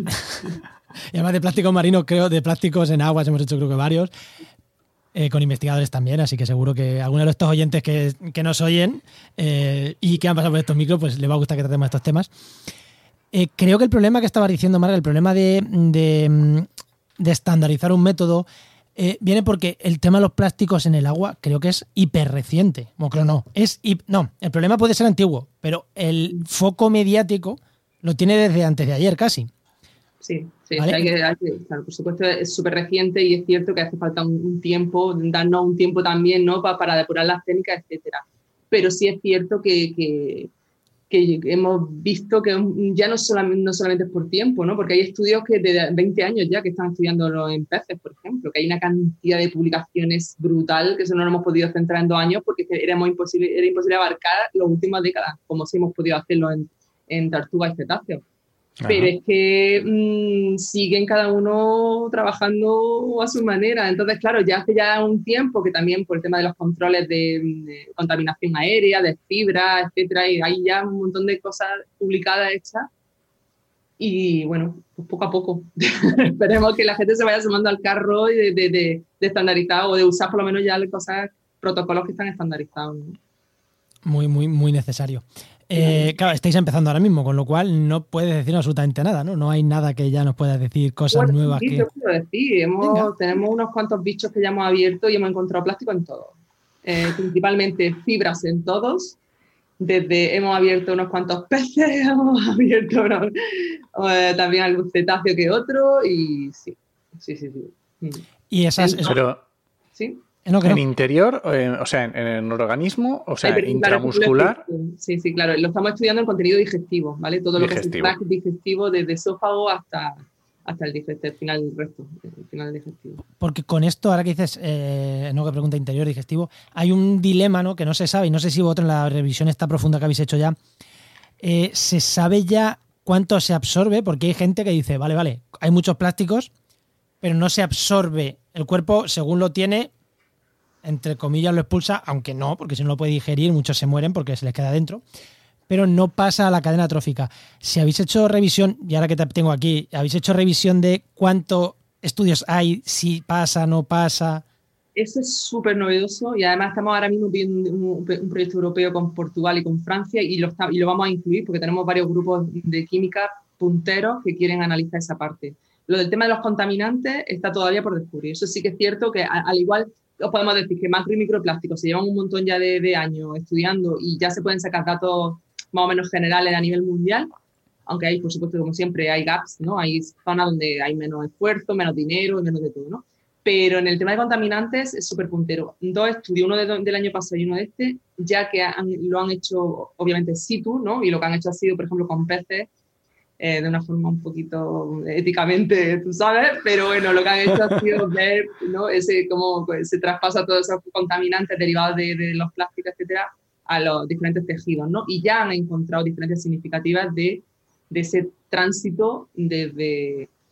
y además de plásticos marinos, creo, de plásticos en aguas hemos hecho creo que varios, con investigadores también, así que seguro que a alguno de estos oyentes que nos oyen y que han pasado por estos micros, pues les va a gustar que tratemos estos temas. Creo que el problema que estabas diciendo, Marga, el problema de estandarizar un método, viene porque el tema de los plásticos en el agua creo que es hiper reciente. Bueno, creo no. No, el problema puede ser antiguo, pero el foco mediático lo tiene desde antes de ayer casi. Sí, ¿Vale? claro, por supuesto es súper reciente y es cierto que hace falta un tiempo, darnos un tiempo también, ¿no? para depurar las técnicas, etcétera. Pero sí es cierto que hemos visto que ya no solamente es por tiempo, ¿no? Porque hay estudios que de 20 años ya que están estudiándolo en peces, por ejemplo, que hay una cantidad de publicaciones brutal que eso no lo hemos podido centrar en 2 años porque era imposible abarcar las últimas décadas, como sí hemos podido hacerlo en tortugas y cetáceos. Ajá. Pero es que siguen cada uno trabajando a su manera. Entonces, claro, ya hace ya un tiempo que también por el tema de los controles de contaminación aérea, de fibra, etcétera, y hay ya un montón de cosas publicadas hechas. Y bueno, pues poco a poco. Esperemos que la gente se vaya sumando al carro de estandarizar o de usar por lo menos ya cosas, protocolos que están estandarizados, ¿no? Muy, muy, muy necesario. Claro, estáis empezando ahora mismo, con lo cual no puedes decir absolutamente nada, ¿no? No hay nada que ya nos puedas decir, cosas nuevas. Sí, yo puedo decir. Tenemos unos cuantos bichos que ya hemos abierto y hemos encontrado plástico en todos. Principalmente fibras en todos. Hemos abierto unos cuantos peces, hemos abierto también algún cetáceo que otro y sí. Y esas... Pero... ¿Sí? ¿En interior? O sea, ¿en organismo? O sea, intramuscular. Sí, claro. Lo estamos estudiando en contenido digestivo, ¿vale? Todo lo que es el tract digestivo desde esófago hasta el digestivo, el final digestivo. Porque con esto, ahora que dices, no que pregunta interior digestivo, hay un dilema, ¿no? Que no se sabe, y no sé si vosotros en la revisión esta profunda que habéis hecho ya, se sabe ya cuánto se absorbe, porque hay gente que dice, vale, hay muchos plásticos, pero no se absorbe. El cuerpo, según lo tiene, entre comillas lo expulsa, aunque no, porque si no lo puede digerir, muchos se mueren porque se les queda dentro, pero no pasa a la cadena trófica. Si habéis hecho revisión, y ahora que te tengo aquí, ¿habéis hecho revisión de cuántos estudios hay, si pasa, no pasa? Eso es súper novedoso y además estamos ahora mismo viendo un proyecto europeo con Portugal y con Francia y lo vamos a incluir porque tenemos varios grupos de química punteros que quieren analizar esa parte. Lo del tema de los contaminantes está todavía por descubrir. Eso sí que es cierto que al igual os podemos decir que macro y microplásticos se llevan un montón ya de años estudiando y ya se pueden sacar datos más o menos generales a nivel mundial, aunque hay, por supuesto, como siempre, hay gaps, ¿no? Hay zonas donde hay menos esfuerzo, menos dinero y menos de todo, ¿no? Pero en el tema de contaminantes es súper puntero. 2 estudios, uno del año pasado y uno de este, ya que lo han hecho, obviamente, situ, ¿no? Y lo que han hecho ha sido, por ejemplo, con peces, de una forma un poquito éticamente, tú sabes, pero bueno, lo que han hecho ha sido ver, ¿no? Cómo se traspasa todos esos contaminantes derivados de los plásticos, etcétera, a los diferentes tejidos, ¿no? Y ya han encontrado diferencias significativas de ese tránsito desde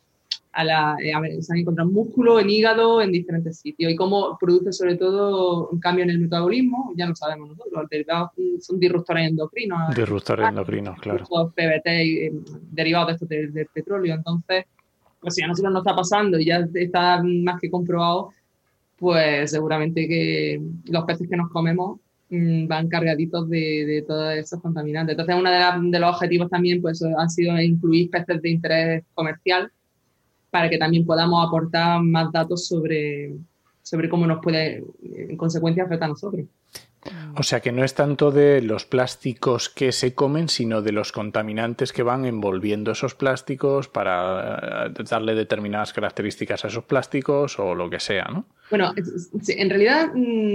se han encontrado músculo, en hígado, en diferentes sitios. Y cómo produce sobre todo un cambio en el metabolismo, ya lo sabemos nosotros. Los derivados son disruptores endocrinos. Disruptores endocrinos, claro. Los PBT derivados de estos del petróleo. Entonces, pues si a nosotros nos está pasando y ya está más que comprobado, pues seguramente que los peces que nos comemos van cargaditos de todos esos contaminantes. Entonces, uno de los objetivos también pues, ha sido incluir peces de interés comercial para que también podamos aportar más datos sobre cómo nos puede, en consecuencia, afectar a nosotros. O sea que no es tanto de los plásticos que se comen, sino de los contaminantes que van envolviendo esos plásticos para darle determinadas características a esos plásticos o lo que sea, ¿no? Bueno, en realidad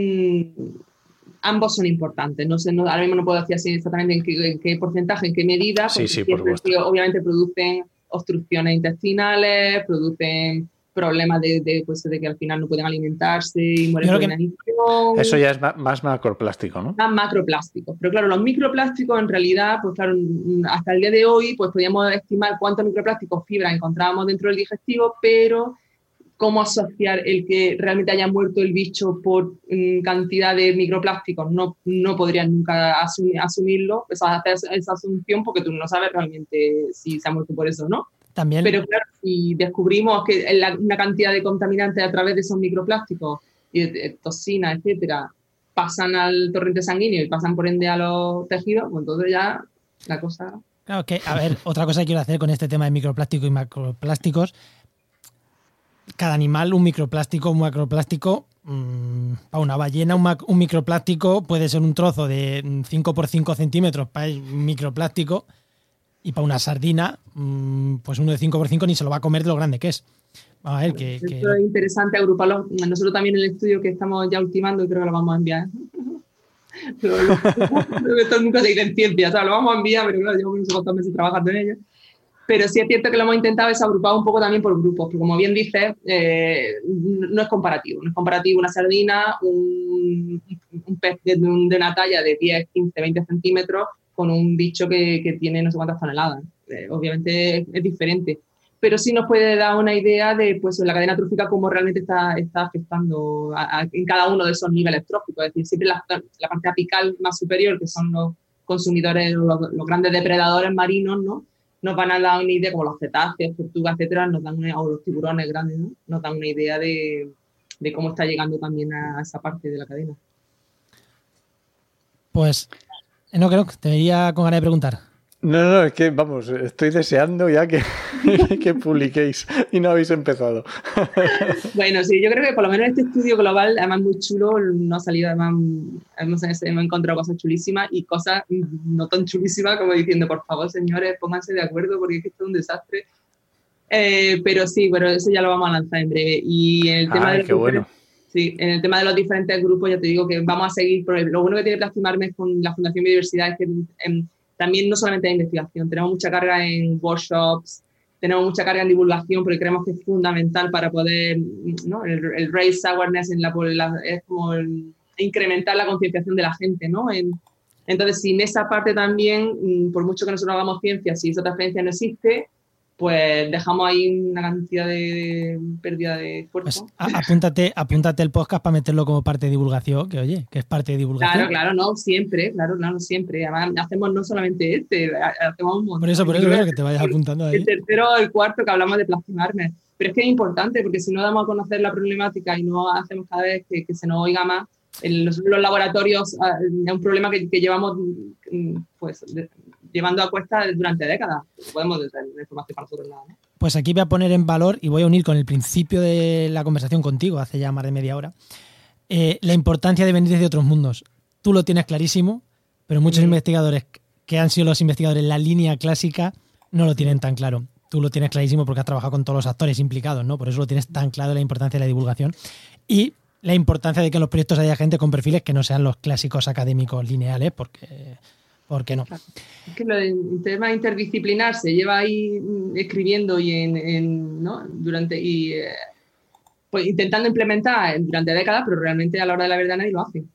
ambos son importantes. No sé, ahora mismo no puedo decir así exactamente en qué porcentaje, en qué medida, porque sí, por supuesto. Obviamente producen obstrucciones intestinales, producen problemas de que al final no pueden alimentarse y mueren por inanición. Eso ya es más macroplástico, ¿no? Más macroplásticos. Pero claro, los microplásticos en realidad, pues claro, hasta el día de hoy pues podíamos estimar cuántos microplásticos fibra encontrábamos dentro del digestivo, pero cómo asociar el que realmente haya muerto el bicho por cantidad de microplásticos no podrían nunca asumirlo, hacer esa asunción porque tú no sabes realmente si se ha muerto por eso o no. También. Pero claro, si descubrimos que una cantidad de contaminantes a través de esos microplásticos y de toxinas, etcétera, pasan al torrente sanguíneo y pasan por ende a los tejidos, pues entonces ya la cosa... Claro que, a ver, otra cosa que quiero hacer con este tema de microplástico y macroplásticos, cada animal, un microplástico, un macroplástico, para una ballena un microplástico puede ser un trozo de 5 por 5 centímetros para el microplástico, y para una sardina, pues uno de 5 por 5 ni se lo va a comer de lo grande que es. Vamos a ver que... Esto es interesante agruparlo. Nosotros también en el estudio que estamos ya ultimando, y creo que lo vamos a enviar. Pero esto nunca se dice en ciencia, o sea, lo vamos a enviar, pero claro, llevamos unos cuantos meses trabajando en ello. Pero sí es cierto que lo hemos intentado es agrupar un poco también por grupos, porque como bien dices, no es comparativo. No es comparativo una sardina, un pez de una talla de 10, 15, 20 centímetros con un bicho que tiene no sé cuántas toneladas. Obviamente es diferente. Pero sí nos puede dar una idea de pues, la cadena trófica cómo realmente está afectando en cada uno de esos niveles tróficos. Es decir, siempre la parte apical más superior, que son los consumidores, los grandes depredadores marinos, ¿no? Nos van a dar una idea, como los cetáceos, tortugas, etcétera, o los tiburones grandes, ¿no? Nos dan una idea de cómo está llegando también a esa parte de la cadena. Pues, no creo que te veía con ganas de preguntar. No, es que, vamos, estoy deseando ya que publiquéis y no habéis empezado. Bueno, sí, yo creo que por lo menos este estudio global, además muy chulo, no ha salido, además hemos encontrado cosas chulísimas y cosas no tan chulísimas como diciendo, por favor, señores, pónganse de acuerdo porque es que esto es un desastre. Pero sí, bueno, eso ya lo vamos a lanzar en breve. Y en el tema Sí, en el tema de los diferentes grupos, ya te digo que vamos a seguir. Lo bueno que tiene Plastimarmes con la Fundación Biodiversidad es que también no solamente de investigación, tenemos mucha carga en workshops, tenemos mucha carga en divulgación porque creemos que es fundamental para poder, ¿no? El raise awareness es como incrementar la concienciación de la gente, ¿no? Entonces, sin esa parte también, por mucho que nosotros hagamos ciencia, si esa transferencia no existe, pues dejamos ahí una cantidad de pérdida de esfuerzo. Pues apúntate el podcast para meterlo como parte de divulgación, que oye, que es parte de divulgación. Claro, no siempre. Además, hacemos no solamente hacemos un montón. Por eso que te vayas apuntando ahí. El tercero, el cuarto, que hablamos de Plastimarmes. Pero es que es importante, porque si no damos a conocer la problemática y no hacemos cada vez que se nos oiga más, los laboratorios es un problema que llevamos pues llevando a cuesta durante décadas. Podemos tener información para nosotros nada, ¿no? Pues aquí voy a poner en valor y voy a unir con el principio de la conversación contigo, hace ya más de media hora, la importancia de venir desde otros mundos. Tú lo tienes clarísimo, pero muchos investigadores que han sido los investigadores en la línea clásica no lo tienen tan claro. Tú lo tienes clarísimo porque has trabajado con todos los actores implicados, ¿no? Por eso lo tienes tan claro, la importancia de la divulgación y la importancia de que en los proyectos haya gente con perfiles que no sean los clásicos académicos lineales, porque ¿por qué no? Es que el tema interdisciplinar se lleva ahí escribiendo y ¿no? pues intentando implementar durante décadas, pero realmente a la hora de la verdad nadie lo hace.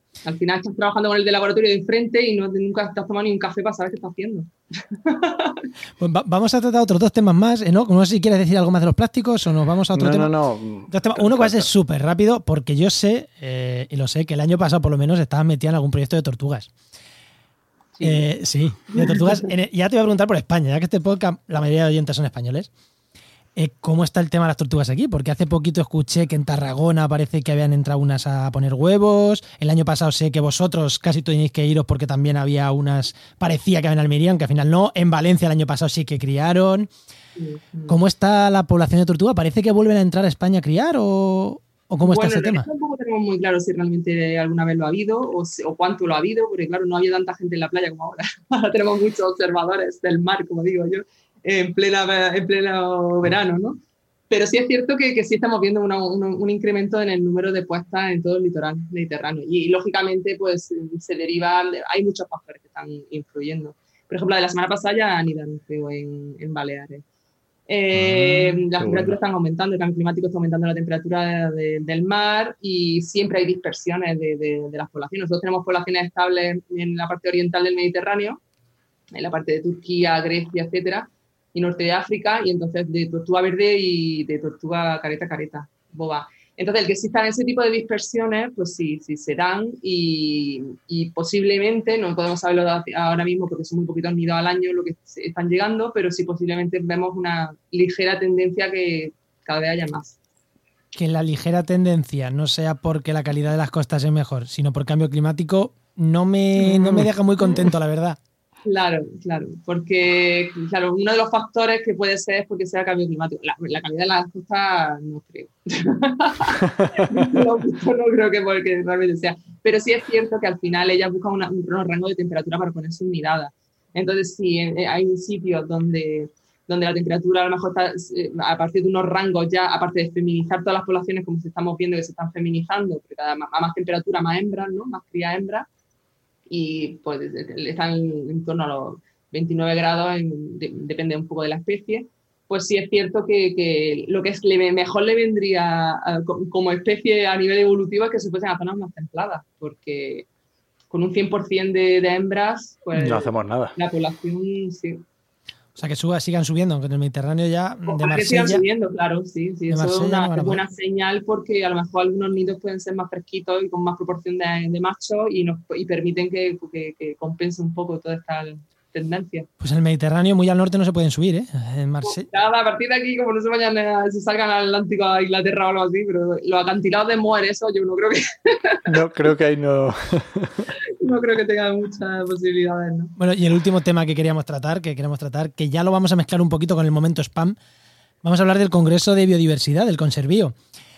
Al final estás trabajando con el de laboratorio de enfrente y nunca te has tomado ni un café para saber qué estás haciendo. Pues vamos a tratar otros dos temas más, ¿no? No sé si quieres decir algo más de los plásticos o nos vamos a otro tema. No. Uno que va a ser súper rápido, porque yo sé, y lo sé, que el año pasado por lo menos estabas metida en algún proyecto de tortugas. Sí, de tortugas. Ya te voy a preguntar por España, ya que este podcast la mayoría de oyentes son españoles. ¿Cómo está el tema de las tortugas aquí? Porque hace poquito escuché que en Tarragona parece que habían entrado unas a poner huevos. El año pasado sé que vosotros casi tenéis que iros porque también había unas, parecía que había en Almería, aunque al final no. En Valencia el año pasado sí que criaron. ¿Cómo está la población de tortuga? ¿Parece que vuelven a entrar a España a criar o cómo está ese tema? Tampoco tenemos muy claro si realmente alguna vez lo ha habido o cuánto lo ha habido, porque claro, no había tanta gente en la playa como ahora. Ahora tenemos muchos observadores del mar, como digo yo, en pleno verano, ¿no? Pero sí es cierto que sí estamos viendo un incremento en el número de puestas en todo el litoral mediterráneo y lógicamente pues se deriva, hay muchos factores que están influyendo. Por ejemplo, de la semana pasada ya anidaron, creo, en Baleares. Las temperaturas están aumentando, el cambio climático está aumentando la temperatura del mar y siempre hay dispersiones de las poblaciones. Nosotros tenemos poblaciones estables en la parte oriental del Mediterráneo, en la parte de Turquía, Grecia, etcétera, y norte de África, y entonces de tortuga verde y de tortuga careta, boba. Entonces, el que existan ese tipo de dispersiones, pues sí se dan y posiblemente, no podemos saberlo ahora mismo porque son muy poquitos nidos al año lo que están llegando, pero sí posiblemente vemos una ligera tendencia que cada vez haya más. Que la ligera tendencia no sea porque la calidad de las costas es mejor, sino por cambio climático, no me deja muy contento, la verdad. Claro, porque uno de los factores que puede ser es porque sea cambio climático. La calidad de las costas no creo. no creo que porque realmente sea. Pero sí es cierto que al final ellas buscan un rango de temperatura para poner sus nidadas. Entonces, sí, hay sitios donde la temperatura a lo mejor está a partir de unos rangos ya, aparte de feminizar todas las poblaciones, como estamos viendo que se están feminizando, porque a más temperatura, más hembras, ¿no? Más cría hembras. Y pues están en torno a los 29 grados, depende un poco de la especie, pues sí es cierto que lo que mejor le vendría como especie a nivel evolutivo es que se fuesen a zonas más templadas, porque con un 100% de hembras, pues no hacemos nada. La población sí. O sea, que sigan subiendo, aunque en el Mediterráneo ya de Marsella... Que sigan subiendo, claro, sí. Eso es una buena señal porque a lo mejor algunos nidos pueden ser más fresquitos y con más proporción de machos y permiten que compense un poco toda esta tendencia. Pues en el Mediterráneo, muy al norte, no se pueden subir, ¿eh? En Marsella. Nada, a partir de aquí, como no se salgan al Atlántico a Inglaterra o algo así, pero los acantilados de Moher, eso yo no creo que... No, creo que ahí no... No creo que tenga muchas posibilidades, ¿no? Bueno, y el último tema que queremos tratar, que ya lo vamos a mezclar un poquito con el momento spam, vamos a hablar del Congreso de Biodiversidad, del Conservío.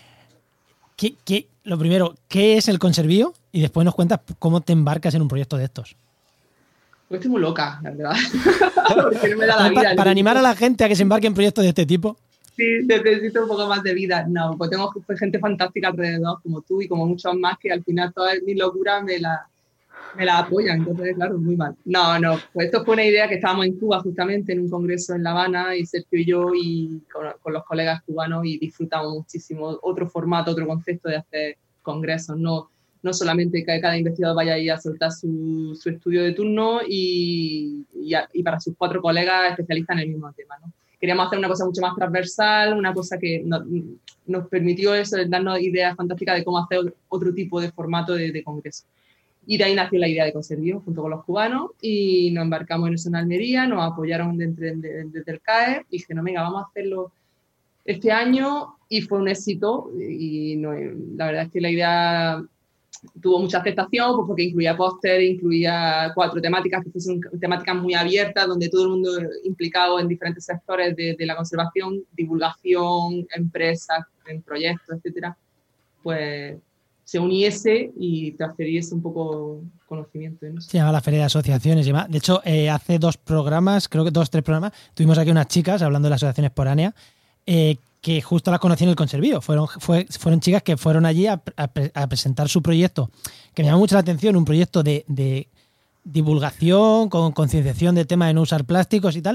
Lo primero, ¿qué es el Conservío? Y después nos cuentas cómo te embarcas en un proyecto de estos. Pues estoy muy loca, la verdad. Porque no me da la vida. Para animar a la gente a que se embarque en proyectos de este tipo. Sí, necesito un poco más de vida. No, pues tengo gente fantástica alrededor, como tú y como muchos más, que al final toda mi locura me la apoyan, entonces claro, muy mal. No, pues esto fue una idea que estábamos en Cuba justamente en un congreso en La Habana y Sergio y yo y con los colegas cubanos y disfrutamos muchísimo otro formato, otro concepto de hacer congresos, no solamente que cada investigador vaya ahí a soltar su estudio de turno y para sus 4 colegas especialistas en el mismo tema, ¿no? Queríamos hacer una cosa mucho más transversal, una cosa que nos permitió eso, darnos ideas fantásticas de cómo hacer otro tipo de formato de congreso. Y de ahí nació la idea de Conservío junto con los cubanos y nos embarcamos en eso en Almería, nos apoyaron desde el CAE y dijeron, venga, vamos a hacerlo este año y fue un éxito y la verdad es que la idea tuvo mucha aceptación pues porque incluía póster, incluía 4 temáticas que fueron temáticas muy abiertas donde todo el mundo implicado en diferentes sectores de la conservación, divulgación, empresas, en proyectos, etcétera, pues se uniese y transferiese un poco conocimiento. ¿No? Se llama la Feria de Asociaciones y demás. De hecho, hace 2 programas, creo que 2 o 3 programas, tuvimos aquí unas chicas hablando de las asociaciones poráneas que justo las conocí en el Conservío. Fueron chicas que fueron allí a presentar su proyecto, que me llamó mucho la atención, un proyecto de divulgación, con concienciación de tema de no usar plásticos y tal,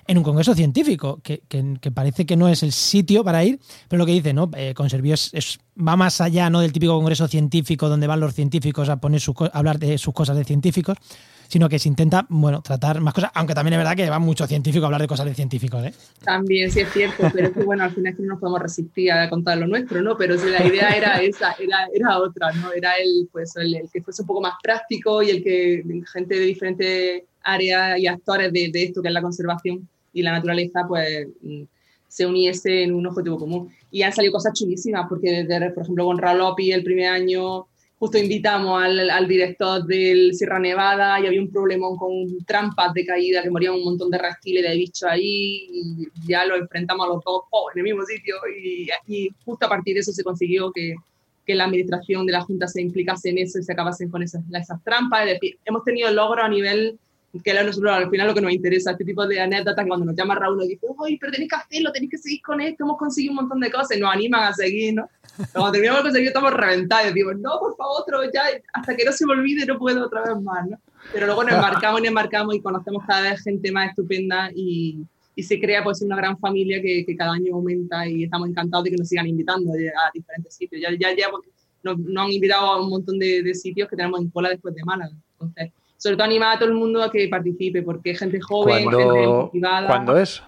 en un congreso científico, que parece que no es el sitio para ir, pero lo que dice, ¿no? Conservio va más allá, ¿no?, del típico congreso científico donde van los científicos a poner a hablar de sus cosas de científicos, sino que se intenta, bueno, tratar más cosas, aunque también es verdad que van muchos científicos a hablar de cosas de científicos, ¿eh? También, sí es cierto, pero es que bueno, al final es que no nos podemos resistir a contar lo nuestro, ¿no? Pero si la idea era esa, era otra, ¿no? Era el que fuese un poco más práctico y el que gente de diferentes áreas y actores de esto que es la conservación y la naturaleza, pues se uniese en un objetivo común. Y han salido cosas chulísimas, porque desde, por ejemplo, con Ralopi el primer año justo invitamos al director del Sierra Nevada y había un problemón con trampas de caída, que morían un montón de reptiles, de bichos ahí, y ya lo enfrentamos a los dos en el mismo sitio, y justo a partir de eso se consiguió que la administración de la Junta se implicase en eso y se acabasen con esas trampas. Es decir, hemos tenido logros a nivel, que es nosotros al final lo que nos interesa, este tipo de anécdotas, cuando nos llama Raúl y dice, uy, pero tenéis que hacerlo, tenéis que seguir con esto, hemos conseguido un montón de cosas, y nos animan a seguir, ¿no? Pero cuando terminamos de conseguir estamos reventados, y decimos, no, por favor, ya, hasta que no se me olvide no puedo otra vez más, ¿no? Pero luego nos embarcamos y conocemos cada vez gente más estupenda y se crea pues una gran familia que cada año aumenta, y estamos encantados de que nos sigan invitando a diferentes sitios. Ya porque nos han invitado a un montón de sitios que tenemos en cola después de Málaga. Entonces, sobre todo animar a todo el mundo a que participe, porque es gente joven, gente motivada. ¿Cuándo es?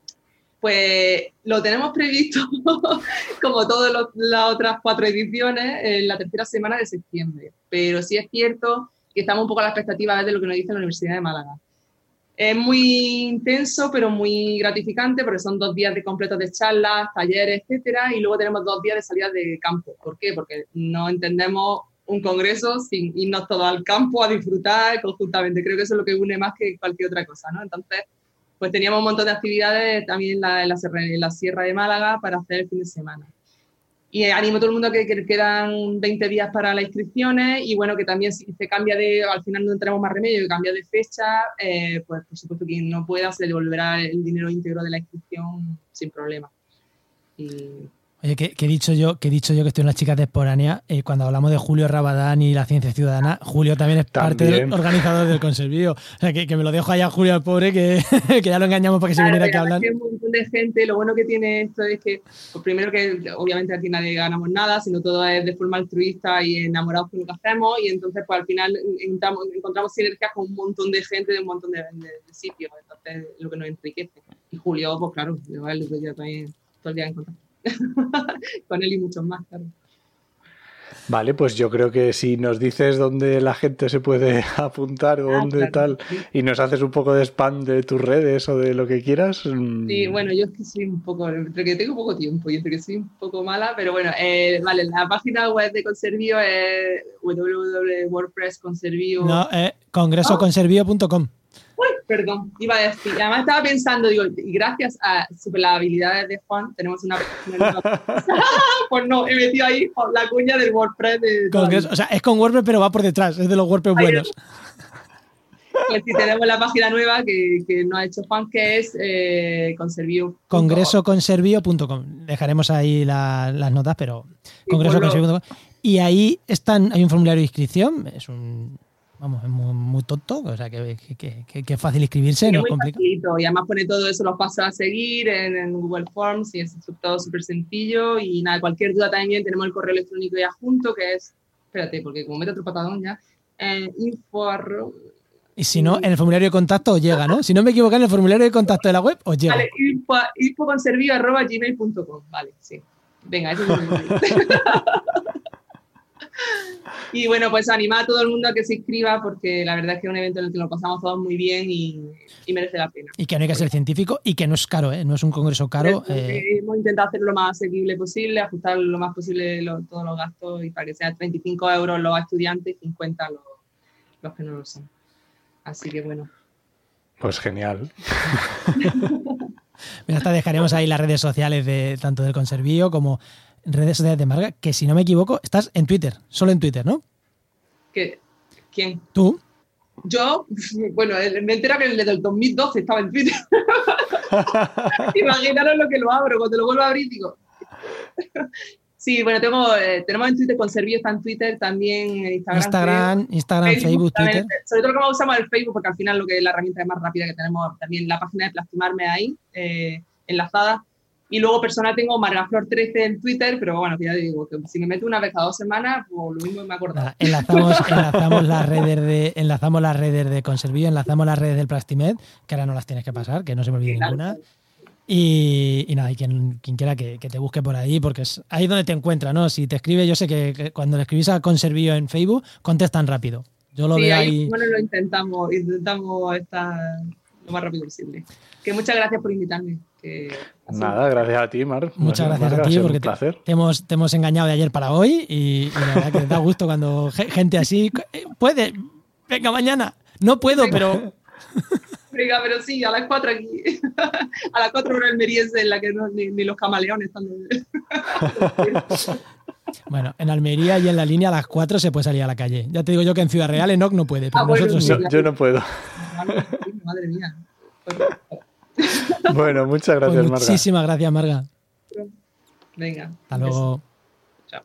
Pues lo tenemos previsto, como todas las otras 4 ediciones, en la tercera semana de septiembre. Pero sí es cierto que estamos un poco a la expectativa de lo que nos dice la Universidad de Málaga. Es muy intenso, pero muy gratificante, porque son 2 días de completos de charlas, talleres, etcétera, y luego tenemos 2 días de salida de campo. ¿Por qué? Porque no entendemos un congreso sin irnos todos al campo a disfrutar conjuntamente. Creo que eso es lo que une más que cualquier otra cosa, ¿no? Entonces, pues teníamos un montón de actividades también en la Sierra de Málaga para hacer el fin de semana. Y animo a todo el mundo que quedan 20 días para las inscripciones, y bueno, que también si se cambia al final no tenemos más remedio, que cambia de fecha, pues por supuesto quien no pueda se le devolverá el dinero íntegro de la inscripción sin problema. Oye, que he dicho yo que estoy en las chicas de Exporánea, cuando hablamos de Julio Rabadán y la ciencia ciudadana, Julio también es parte del organizador del Conservío. O sea, que me lo dejo allá a Julio, al pobre, que ya lo engañamos para que se viniera aquí a hablar. Hay un montón de gente. Lo bueno que tiene esto es que, pues primero que obviamente aquí nadie ganamos nada, sino todo es de forma altruista y enamorados con lo que hacemos, y entonces pues al final encontramos sinergias con un montón de gente de un montón de sitios. Entonces lo que nos enriquece. Y Julio, pues claro, yo también todo el día en contacto. Con él y muchos más, claro. Vale, pues yo creo que si nos dices dónde la gente se puede apuntar o dónde claro, tal, y nos haces un poco de spam de tus redes o de lo que quieras. Sí, bueno, yo es que soy un poco, entre que tengo poco tiempo y entre que soy un poco mala, pero bueno, vale, la página web de Conservío es www.wordpress.conservío. No, congresoconservío.com. Uy, perdón, iba a decir. Además estaba pensando, digo, y gracias a las habilidades de Juan, tenemos una... Pues no, he metido ahí la cuña del WordPress. O sea, es con WordPress, pero va por detrás, es de los WordPress buenos. Pues sí, tenemos la página nueva que nos ha hecho Juan, que es Conservío. Congresoconservío.com. Dejaremos ahí las notas, pero congresoconservío.com. Y ahí hay un formulario de inscripción, es muy tonto, o sea que es fácil inscribirse, no es complicado. Y además pone todo eso, los pasos a seguir en Google Forms, y es todo súper sencillo. Y nada, cualquier duda también tenemos el correo electrónico ya junto, que es, espérate, porque como meto otro patadón ya, info. Y si no, en el formulario de contacto os llega, ¿no? Si no me equivoco, en el formulario de contacto de la web os llega. Vale, infoconservío@gmail.com. Vale, sí. Venga, eso es muy bien. Y bueno, pues animar a todo el mundo a que se inscriba, porque la verdad es que es un evento en el que lo pasamos todos muy bien y merece la pena. Y que no hay que ser científico y que no es caro, ¿eh? No es un congreso caro. Hemos intentado hacerlo lo más asequible posible, ajustar lo más posible todos los gastos, y para que sea 35 euros los estudiantes y 50 los que no lo son. Así que bueno. Pues genial. Mira, hasta dejaremos ahí las redes sociales de tanto del Conservío como redes sociales de Málaga, que si no me equivoco, estás en Twitter, solo en Twitter, ¿no? ¿Quién? ¿Tú? Yo, bueno, me entero que el del 2012 estaba en Twitter. Imaginaros lo que lo abro, cuando lo vuelvo a abrir digo... Sí, bueno, tenemos en Twitter, Conservío está en Twitter, también en Instagram, Facebook, también, Twitter. sobre todo lo que más usamos es el Facebook, porque al final lo que es la herramienta más rápida que tenemos, también la página de Plastimarme ahí, enlazada. Y luego personal tengo Margaflor13 en Twitter, pero bueno, ya digo, que si me meto una vez cada 2 semanas, pues lo mismo me acuerdo. Enlazamos las redes de Conservío, enlazamos las redes del Plastimed, que ahora no las tienes que pasar, que no se me olvide ninguna. Y nada, y quien quiera que te busque por ahí, porque es ahí donde te encuentra, ¿no? Si te escribe, yo sé que cuando le escribís a Conservío en Facebook, contestan rápido. Yo lo veo ahí. Bueno, lo intentamos estar lo más rápido posible. Que muchas gracias por invitarme. Nada, gracias a ti, Mar. Muchas gracias a ti, porque te hemos engañado de ayer para hoy y la verdad que da gusto cuando gente así puede. Venga, mañana. No puedo, pero... Venga, pero sí, a las 4 aquí. A las 4 hora almeriense en la que ni los camaleones están. Bueno, en Almería y en la línea a las 4 se puede salir a la calle. Ya te digo yo que en Ciudad Real Enoch no puede, pero nosotros sí. Yo no puedo. Madre mía. Bueno, muchas gracias, Marga. Muchísimas gracias, Marga. Venga. Hasta luego. Chao.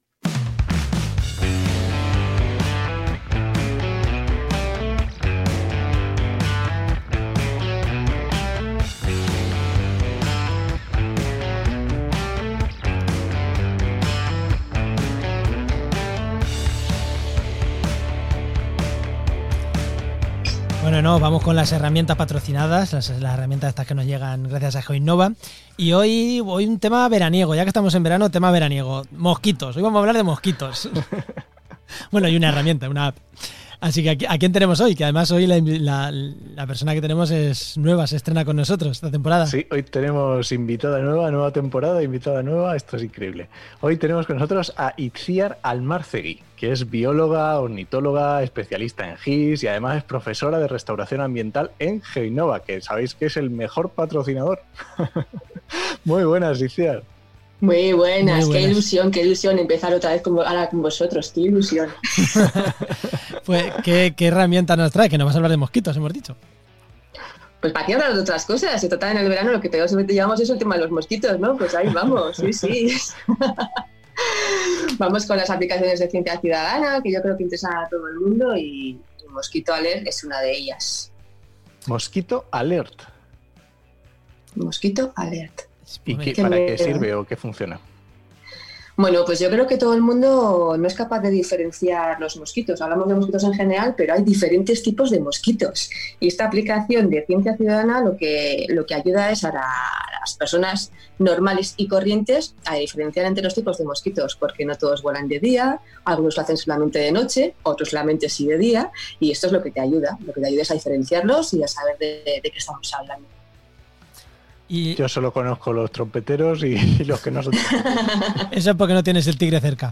Bueno, no, vamos con las herramientas patrocinadas, las herramientas estas que nos llegan gracias a GeoInnova. Y hoy un tema veraniego, ya que estamos en verano, tema veraniego. Mosquitos, hoy vamos a hablar de mosquitos. Bueno, y una herramienta, una app. Así que ¿a quién tenemos hoy? Que además hoy la persona que tenemos es nueva, se estrena con nosotros esta temporada. Sí, hoy tenemos invitada nueva temporada, invitada nueva, esto es increíble. Hoy tenemos con nosotros a Itziar Almarcegui, que es bióloga, ornitóloga, especialista en GIS y además es profesora de restauración ambiental en GeoInnova, que sabéis que es el mejor patrocinador. Muy buenas, Itziar. Muy buenas, qué ilusión empezar otra vez ahora con vosotros, qué ilusión. Pues, ¿qué herramienta nos trae? Que nos vas a hablar de mosquitos, hemos dicho. Pues para qué hablar de otras cosas, se trata en el verano, lo que todos llevamos es el tema de los mosquitos, ¿no? Pues ahí vamos, sí. Vamos con las aplicaciones de ciencia ciudadana, que yo creo que interesan a todo el mundo y Mosquito Alert es una de ellas. Mosquito Alert. Mosquito Alert. ¿Y para qué sirve o qué funciona? Bueno, pues yo creo que todo el mundo no es capaz de diferenciar los mosquitos. Hablamos de mosquitos en general, pero hay diferentes tipos de mosquitos. Y esta aplicación de ciencia ciudadana lo que ayuda es a las personas normales y corrientes a diferenciar entre los tipos de mosquitos, porque no todos vuelan de día, algunos lo hacen solamente de noche, otros solamente sí de día, y esto es lo que te ayuda. Lo que te ayuda es a diferenciarlos y a saber de qué estamos hablando. Y yo solo conozco los trompeteros y los que no son trompeteros. Eso es porque no tienes el tigre cerca.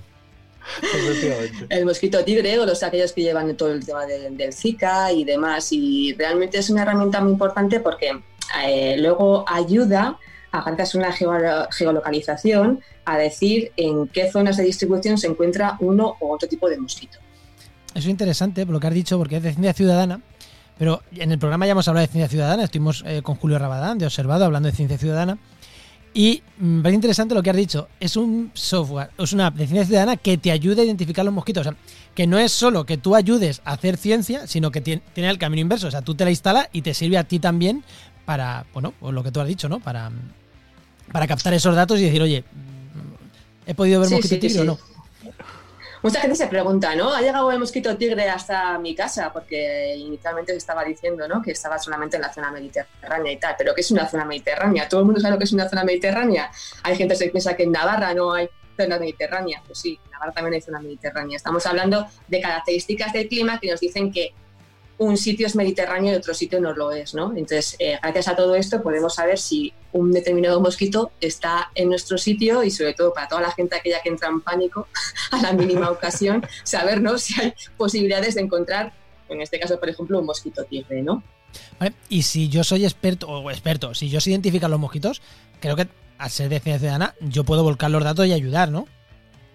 El mosquito tigre o aquellos que llevan todo el tema del Zika y demás. Y realmente es una herramienta muy importante porque luego ayuda, gracias a una geolocalización, a decir en qué zonas de distribución se encuentra uno u otro tipo de mosquito. Eso es interesante por lo que has dicho, porque es de ciencia ciudadana. Pero en el programa ya hemos hablado de ciencia ciudadana, estuvimos con Julio Rabadán de Observado hablando de ciencia ciudadana y me parece interesante lo que has dicho, es un software, es una app de ciencia ciudadana que te ayuda a identificar los mosquitos, o sea, que no es solo que tú ayudes a hacer ciencia, sino que tiene el camino inverso, o sea, tú te la instalas y te sirve a ti también para, bueno, pues lo que tú has dicho, ¿no? Para captar esos datos y decir, oye, ¿he podido ver mosquito tigre o no? Mucha gente se pregunta, ¿no? ¿Ha llegado el mosquito tigre hasta mi casa? Porque inicialmente se estaba diciendo, ¿no?, que estaba solamente en la zona mediterránea y tal. ¿Pero qué es una zona mediterránea? ¿Todo el mundo sabe lo que es una zona mediterránea? Hay gente que piensa que en Navarra no hay zona mediterránea. Pues sí, en Navarra también hay zona mediterránea. Estamos hablando de características del clima que nos dicen que un sitio es mediterráneo y otro sitio no lo es, ¿no? Entonces, gracias a todo esto podemos saber si un determinado mosquito está en nuestro sitio y sobre todo para toda la gente aquella que entra en pánico a la mínima ocasión, saber, ¿no?, si hay posibilidades de encontrar, en este caso, por ejemplo, un mosquito tigre, ¿no? Vale, y si yo soy experto, si yo sé identificar los mosquitos, creo que al ser de ciencia ciudadana yo puedo volcar los datos y ayudar, ¿no?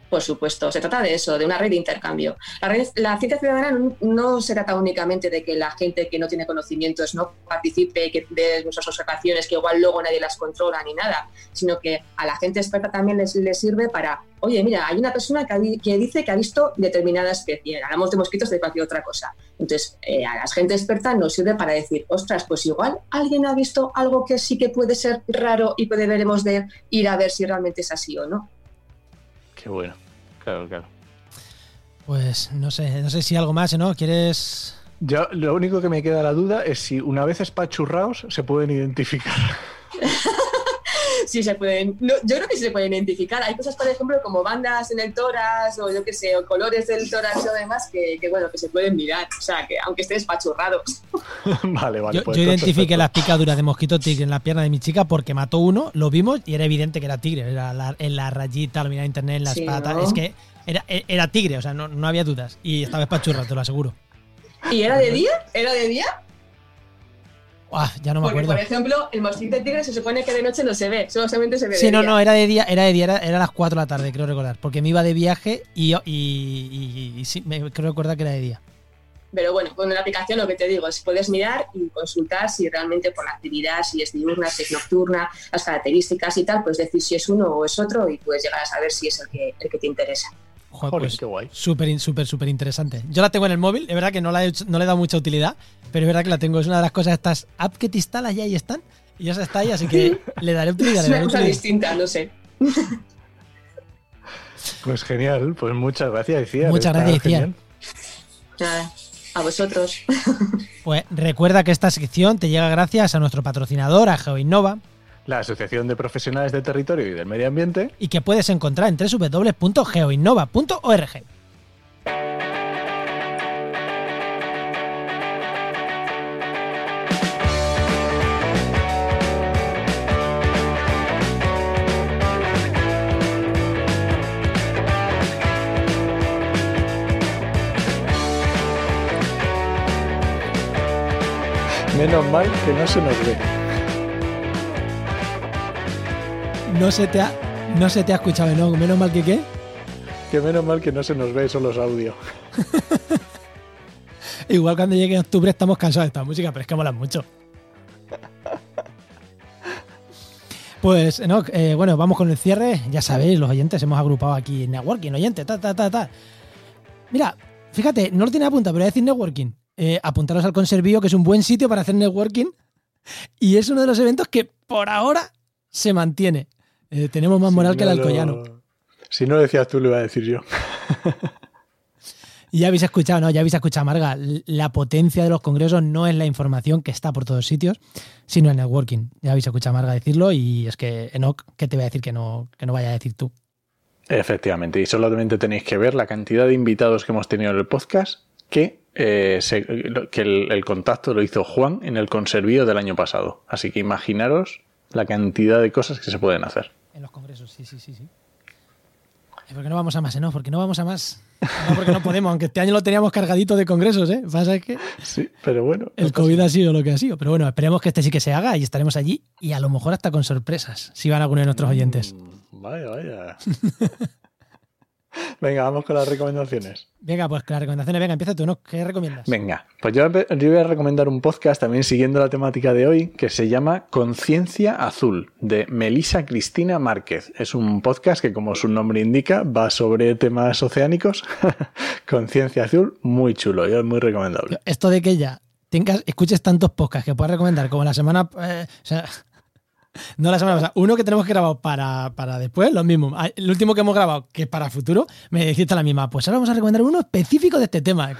Por supuesto, se trata de eso, de una red de intercambio. La ciencia ciudadana no se trata únicamente de que la gente que no tiene conocimientos no participe, que dé nuestras observaciones, que igual luego nadie las controla ni nada, sino que a la gente experta también les sirve para, oye, mira, hay una persona que dice que ha visto determinada especie, hablamos de mosquitos, de cualquier otra cosa. Entonces, a la gente experta nos sirve para decir, ostras, pues igual alguien ha visto algo que sí que puede ser raro y deberemos de ir a ver si realmente es así o no. Qué bueno, claro. Pues no sé si algo más, ¿no? ¿Quieres...? Yo, lo único que me queda la duda es si una vez espachurraos se pueden identificar. Sí, se pueden. No, yo creo que sí se pueden identificar. Hay cosas, por ejemplo, como bandas en el tórax o yo qué sé, o colores del tórax o demás que se pueden mirar. O sea, que aunque estén espachurrados. Vale. Yo Pues identifiqué las picaduras de mosquito tigre en la pierna de mi chica porque mató uno, lo vimos y era evidente que era tigre. Era en la rayita, lo miraba en internet, en las patas. ¿No? Es que era tigre, o sea, no había dudas. Y estaba espachurrado, te lo aseguro. ¿Y era de día? ¿Era de día? Ya no me acuerdo. Por ejemplo, el mosquito tigre se supone que de noche no se ve, solamente se ve de día. Sí, no, era de día, era a las 4 de la tarde, creo recordar, porque me iba de viaje y sí, creo recordar que era de día. Pero bueno, con la aplicación lo que te digo es puedes mirar y consultar si realmente por la actividad, si es diurna, si es nocturna, las características y tal, puedes decir si es uno o es otro y puedes llegar a saber si es el que te interesa. Joder, pues qué guay. Súper interesante. Yo la tengo en el móvil, es verdad que no le he dado mucha utilidad, pero es verdad que la tengo. Es una de las cosas, estas apps que te instalas y ahí están, y ya está ahí, así que le daré utilidad. Es una cosa distinta, no sé. Pues genial, pues muchas gracias, Iciar. Muchas gracias, Iciar. Nada, a vosotros. Pues recuerda que esta sección te llega gracias a nuestro patrocinador, a GeoInnova, la Asociación de Profesionales del Territorio y del Medio Ambiente, y que puedes encontrar en www.geoinnova.org. Menos mal que no se nos ve. No se te ha escuchado, ¿no? Menos mal que ¿qué? Que menos mal que no se nos ve, solo es audio. Igual cuando llegue octubre estamos cansados de esta música, pero es que mola mucho. Pues, no, bueno, vamos con el cierre. Ya sabéis, los oyentes, hemos agrupado aquí networking, oyente, Mira, fíjate, no lo tiene apuntado, pero voy a decir networking. Apuntaros al Conservío, que es un buen sitio para hacer networking. Y es uno de los eventos que por ahora se mantiene. Tenemos más moral que el Alcoyano. Si no lo decías tú, lo iba a decir yo. Y ya habéis escuchado, ¿no? Ya habéis escuchado, Marga. La potencia de los congresos no es la información que está por todos sitios, sino el networking. Ya habéis escuchado a Marga decirlo y es que, Enoch, ¿qué te voy a decir que no vaya a decir tú? Efectivamente, y solamente tenéis que ver la cantidad de invitados que hemos tenido en el podcast que el contacto lo hizo Juan en el Conservío del año pasado. Así que imaginaros la cantidad de cosas que se pueden hacer. En los congresos, sí. ¿Por qué no vamos a más, no? Porque no vamos a más. No, porque no podemos, aunque este año lo teníamos cargadito de congresos, ¿eh? Pasa que sí, pero bueno. El COVID ha sido lo que ha sido. Pero bueno, esperemos que este sí que se haga y estaremos allí y a lo mejor hasta con sorpresas, si van algunos de nuestros oyentes. Vaya. Venga, vamos con las recomendaciones. Venga, pues con las recomendaciones, empieza tú, ¿no? ¿Qué recomiendas? Venga, pues yo voy a recomendar un podcast también siguiendo la temática de hoy que se llama Conciencia Azul, de Melissa Cristina Márquez. Es un podcast que, como su nombre indica, va sobre temas oceánicos. Conciencia Azul, muy chulo, es muy recomendable. Esto de que ya escuches tantos podcasts que puedas recomendar como la semana... No la semana pasada. Uno que tenemos que grabar para después, lo mismo. El último que hemos grabado, que es para futuro, me dijiste la misma. Pues ahora vamos a recomendar uno específico de este tema.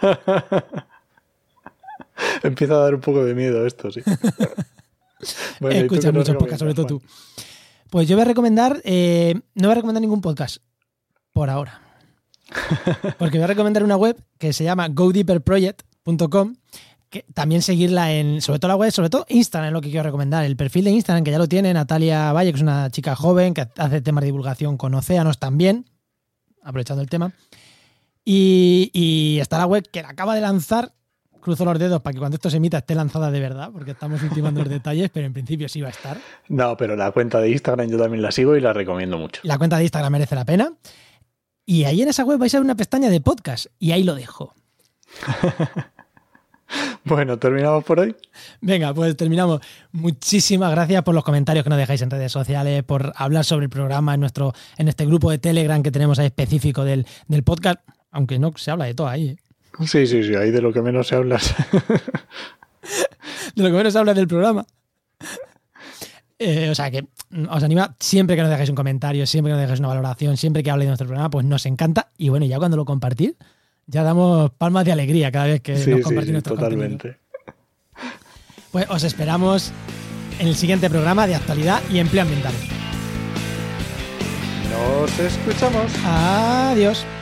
Empieza a dar un poco de miedo esto, sí. Bueno, escuchas muchos podcasts, sobre todo tú. Pues yo voy a recomendar... no voy a recomendar ningún podcast. Por ahora. Porque voy a recomendar una web que se llama godeeperproject.com, que también seguirla sobre todo la web, sobre todo Instagram es lo que quiero recomendar. El perfil de Instagram, que ya lo tiene Natalia Valle, que es una chica joven que hace temas de divulgación con océanos también, aprovechando el tema. Y está la web que la acaba de lanzar, cruzo los dedos para que cuando esto se emita esté lanzada de verdad, porque estamos ultimando los detalles, pero en principio sí va a estar. No, pero la cuenta de Instagram yo también la sigo y la recomiendo mucho. La cuenta de Instagram merece la pena. Y ahí en esa web vais a ver una pestaña de podcast y ahí lo dejo. Bueno, ¿terminamos por hoy? Venga, pues terminamos. Muchísimas gracias por los comentarios que nos dejáis en redes sociales, por hablar sobre el programa en este grupo de Telegram que tenemos ahí específico del podcast, aunque no se habla de todo ahí. Sí, ahí de lo que menos se habla. De lo que menos se habla del programa. O sea que os anima siempre que nos dejéis un comentario, siempre que nos dejéis una valoración, siempre que habléis de nuestro programa, pues nos encanta. Y bueno, ya cuando lo compartís, ya damos palmas de alegría cada vez que nos compartís nuestro totalmente. Contenido. Pues os esperamos en el siguiente programa de actualidad y empleo ambiental. Nos escuchamos. Adiós.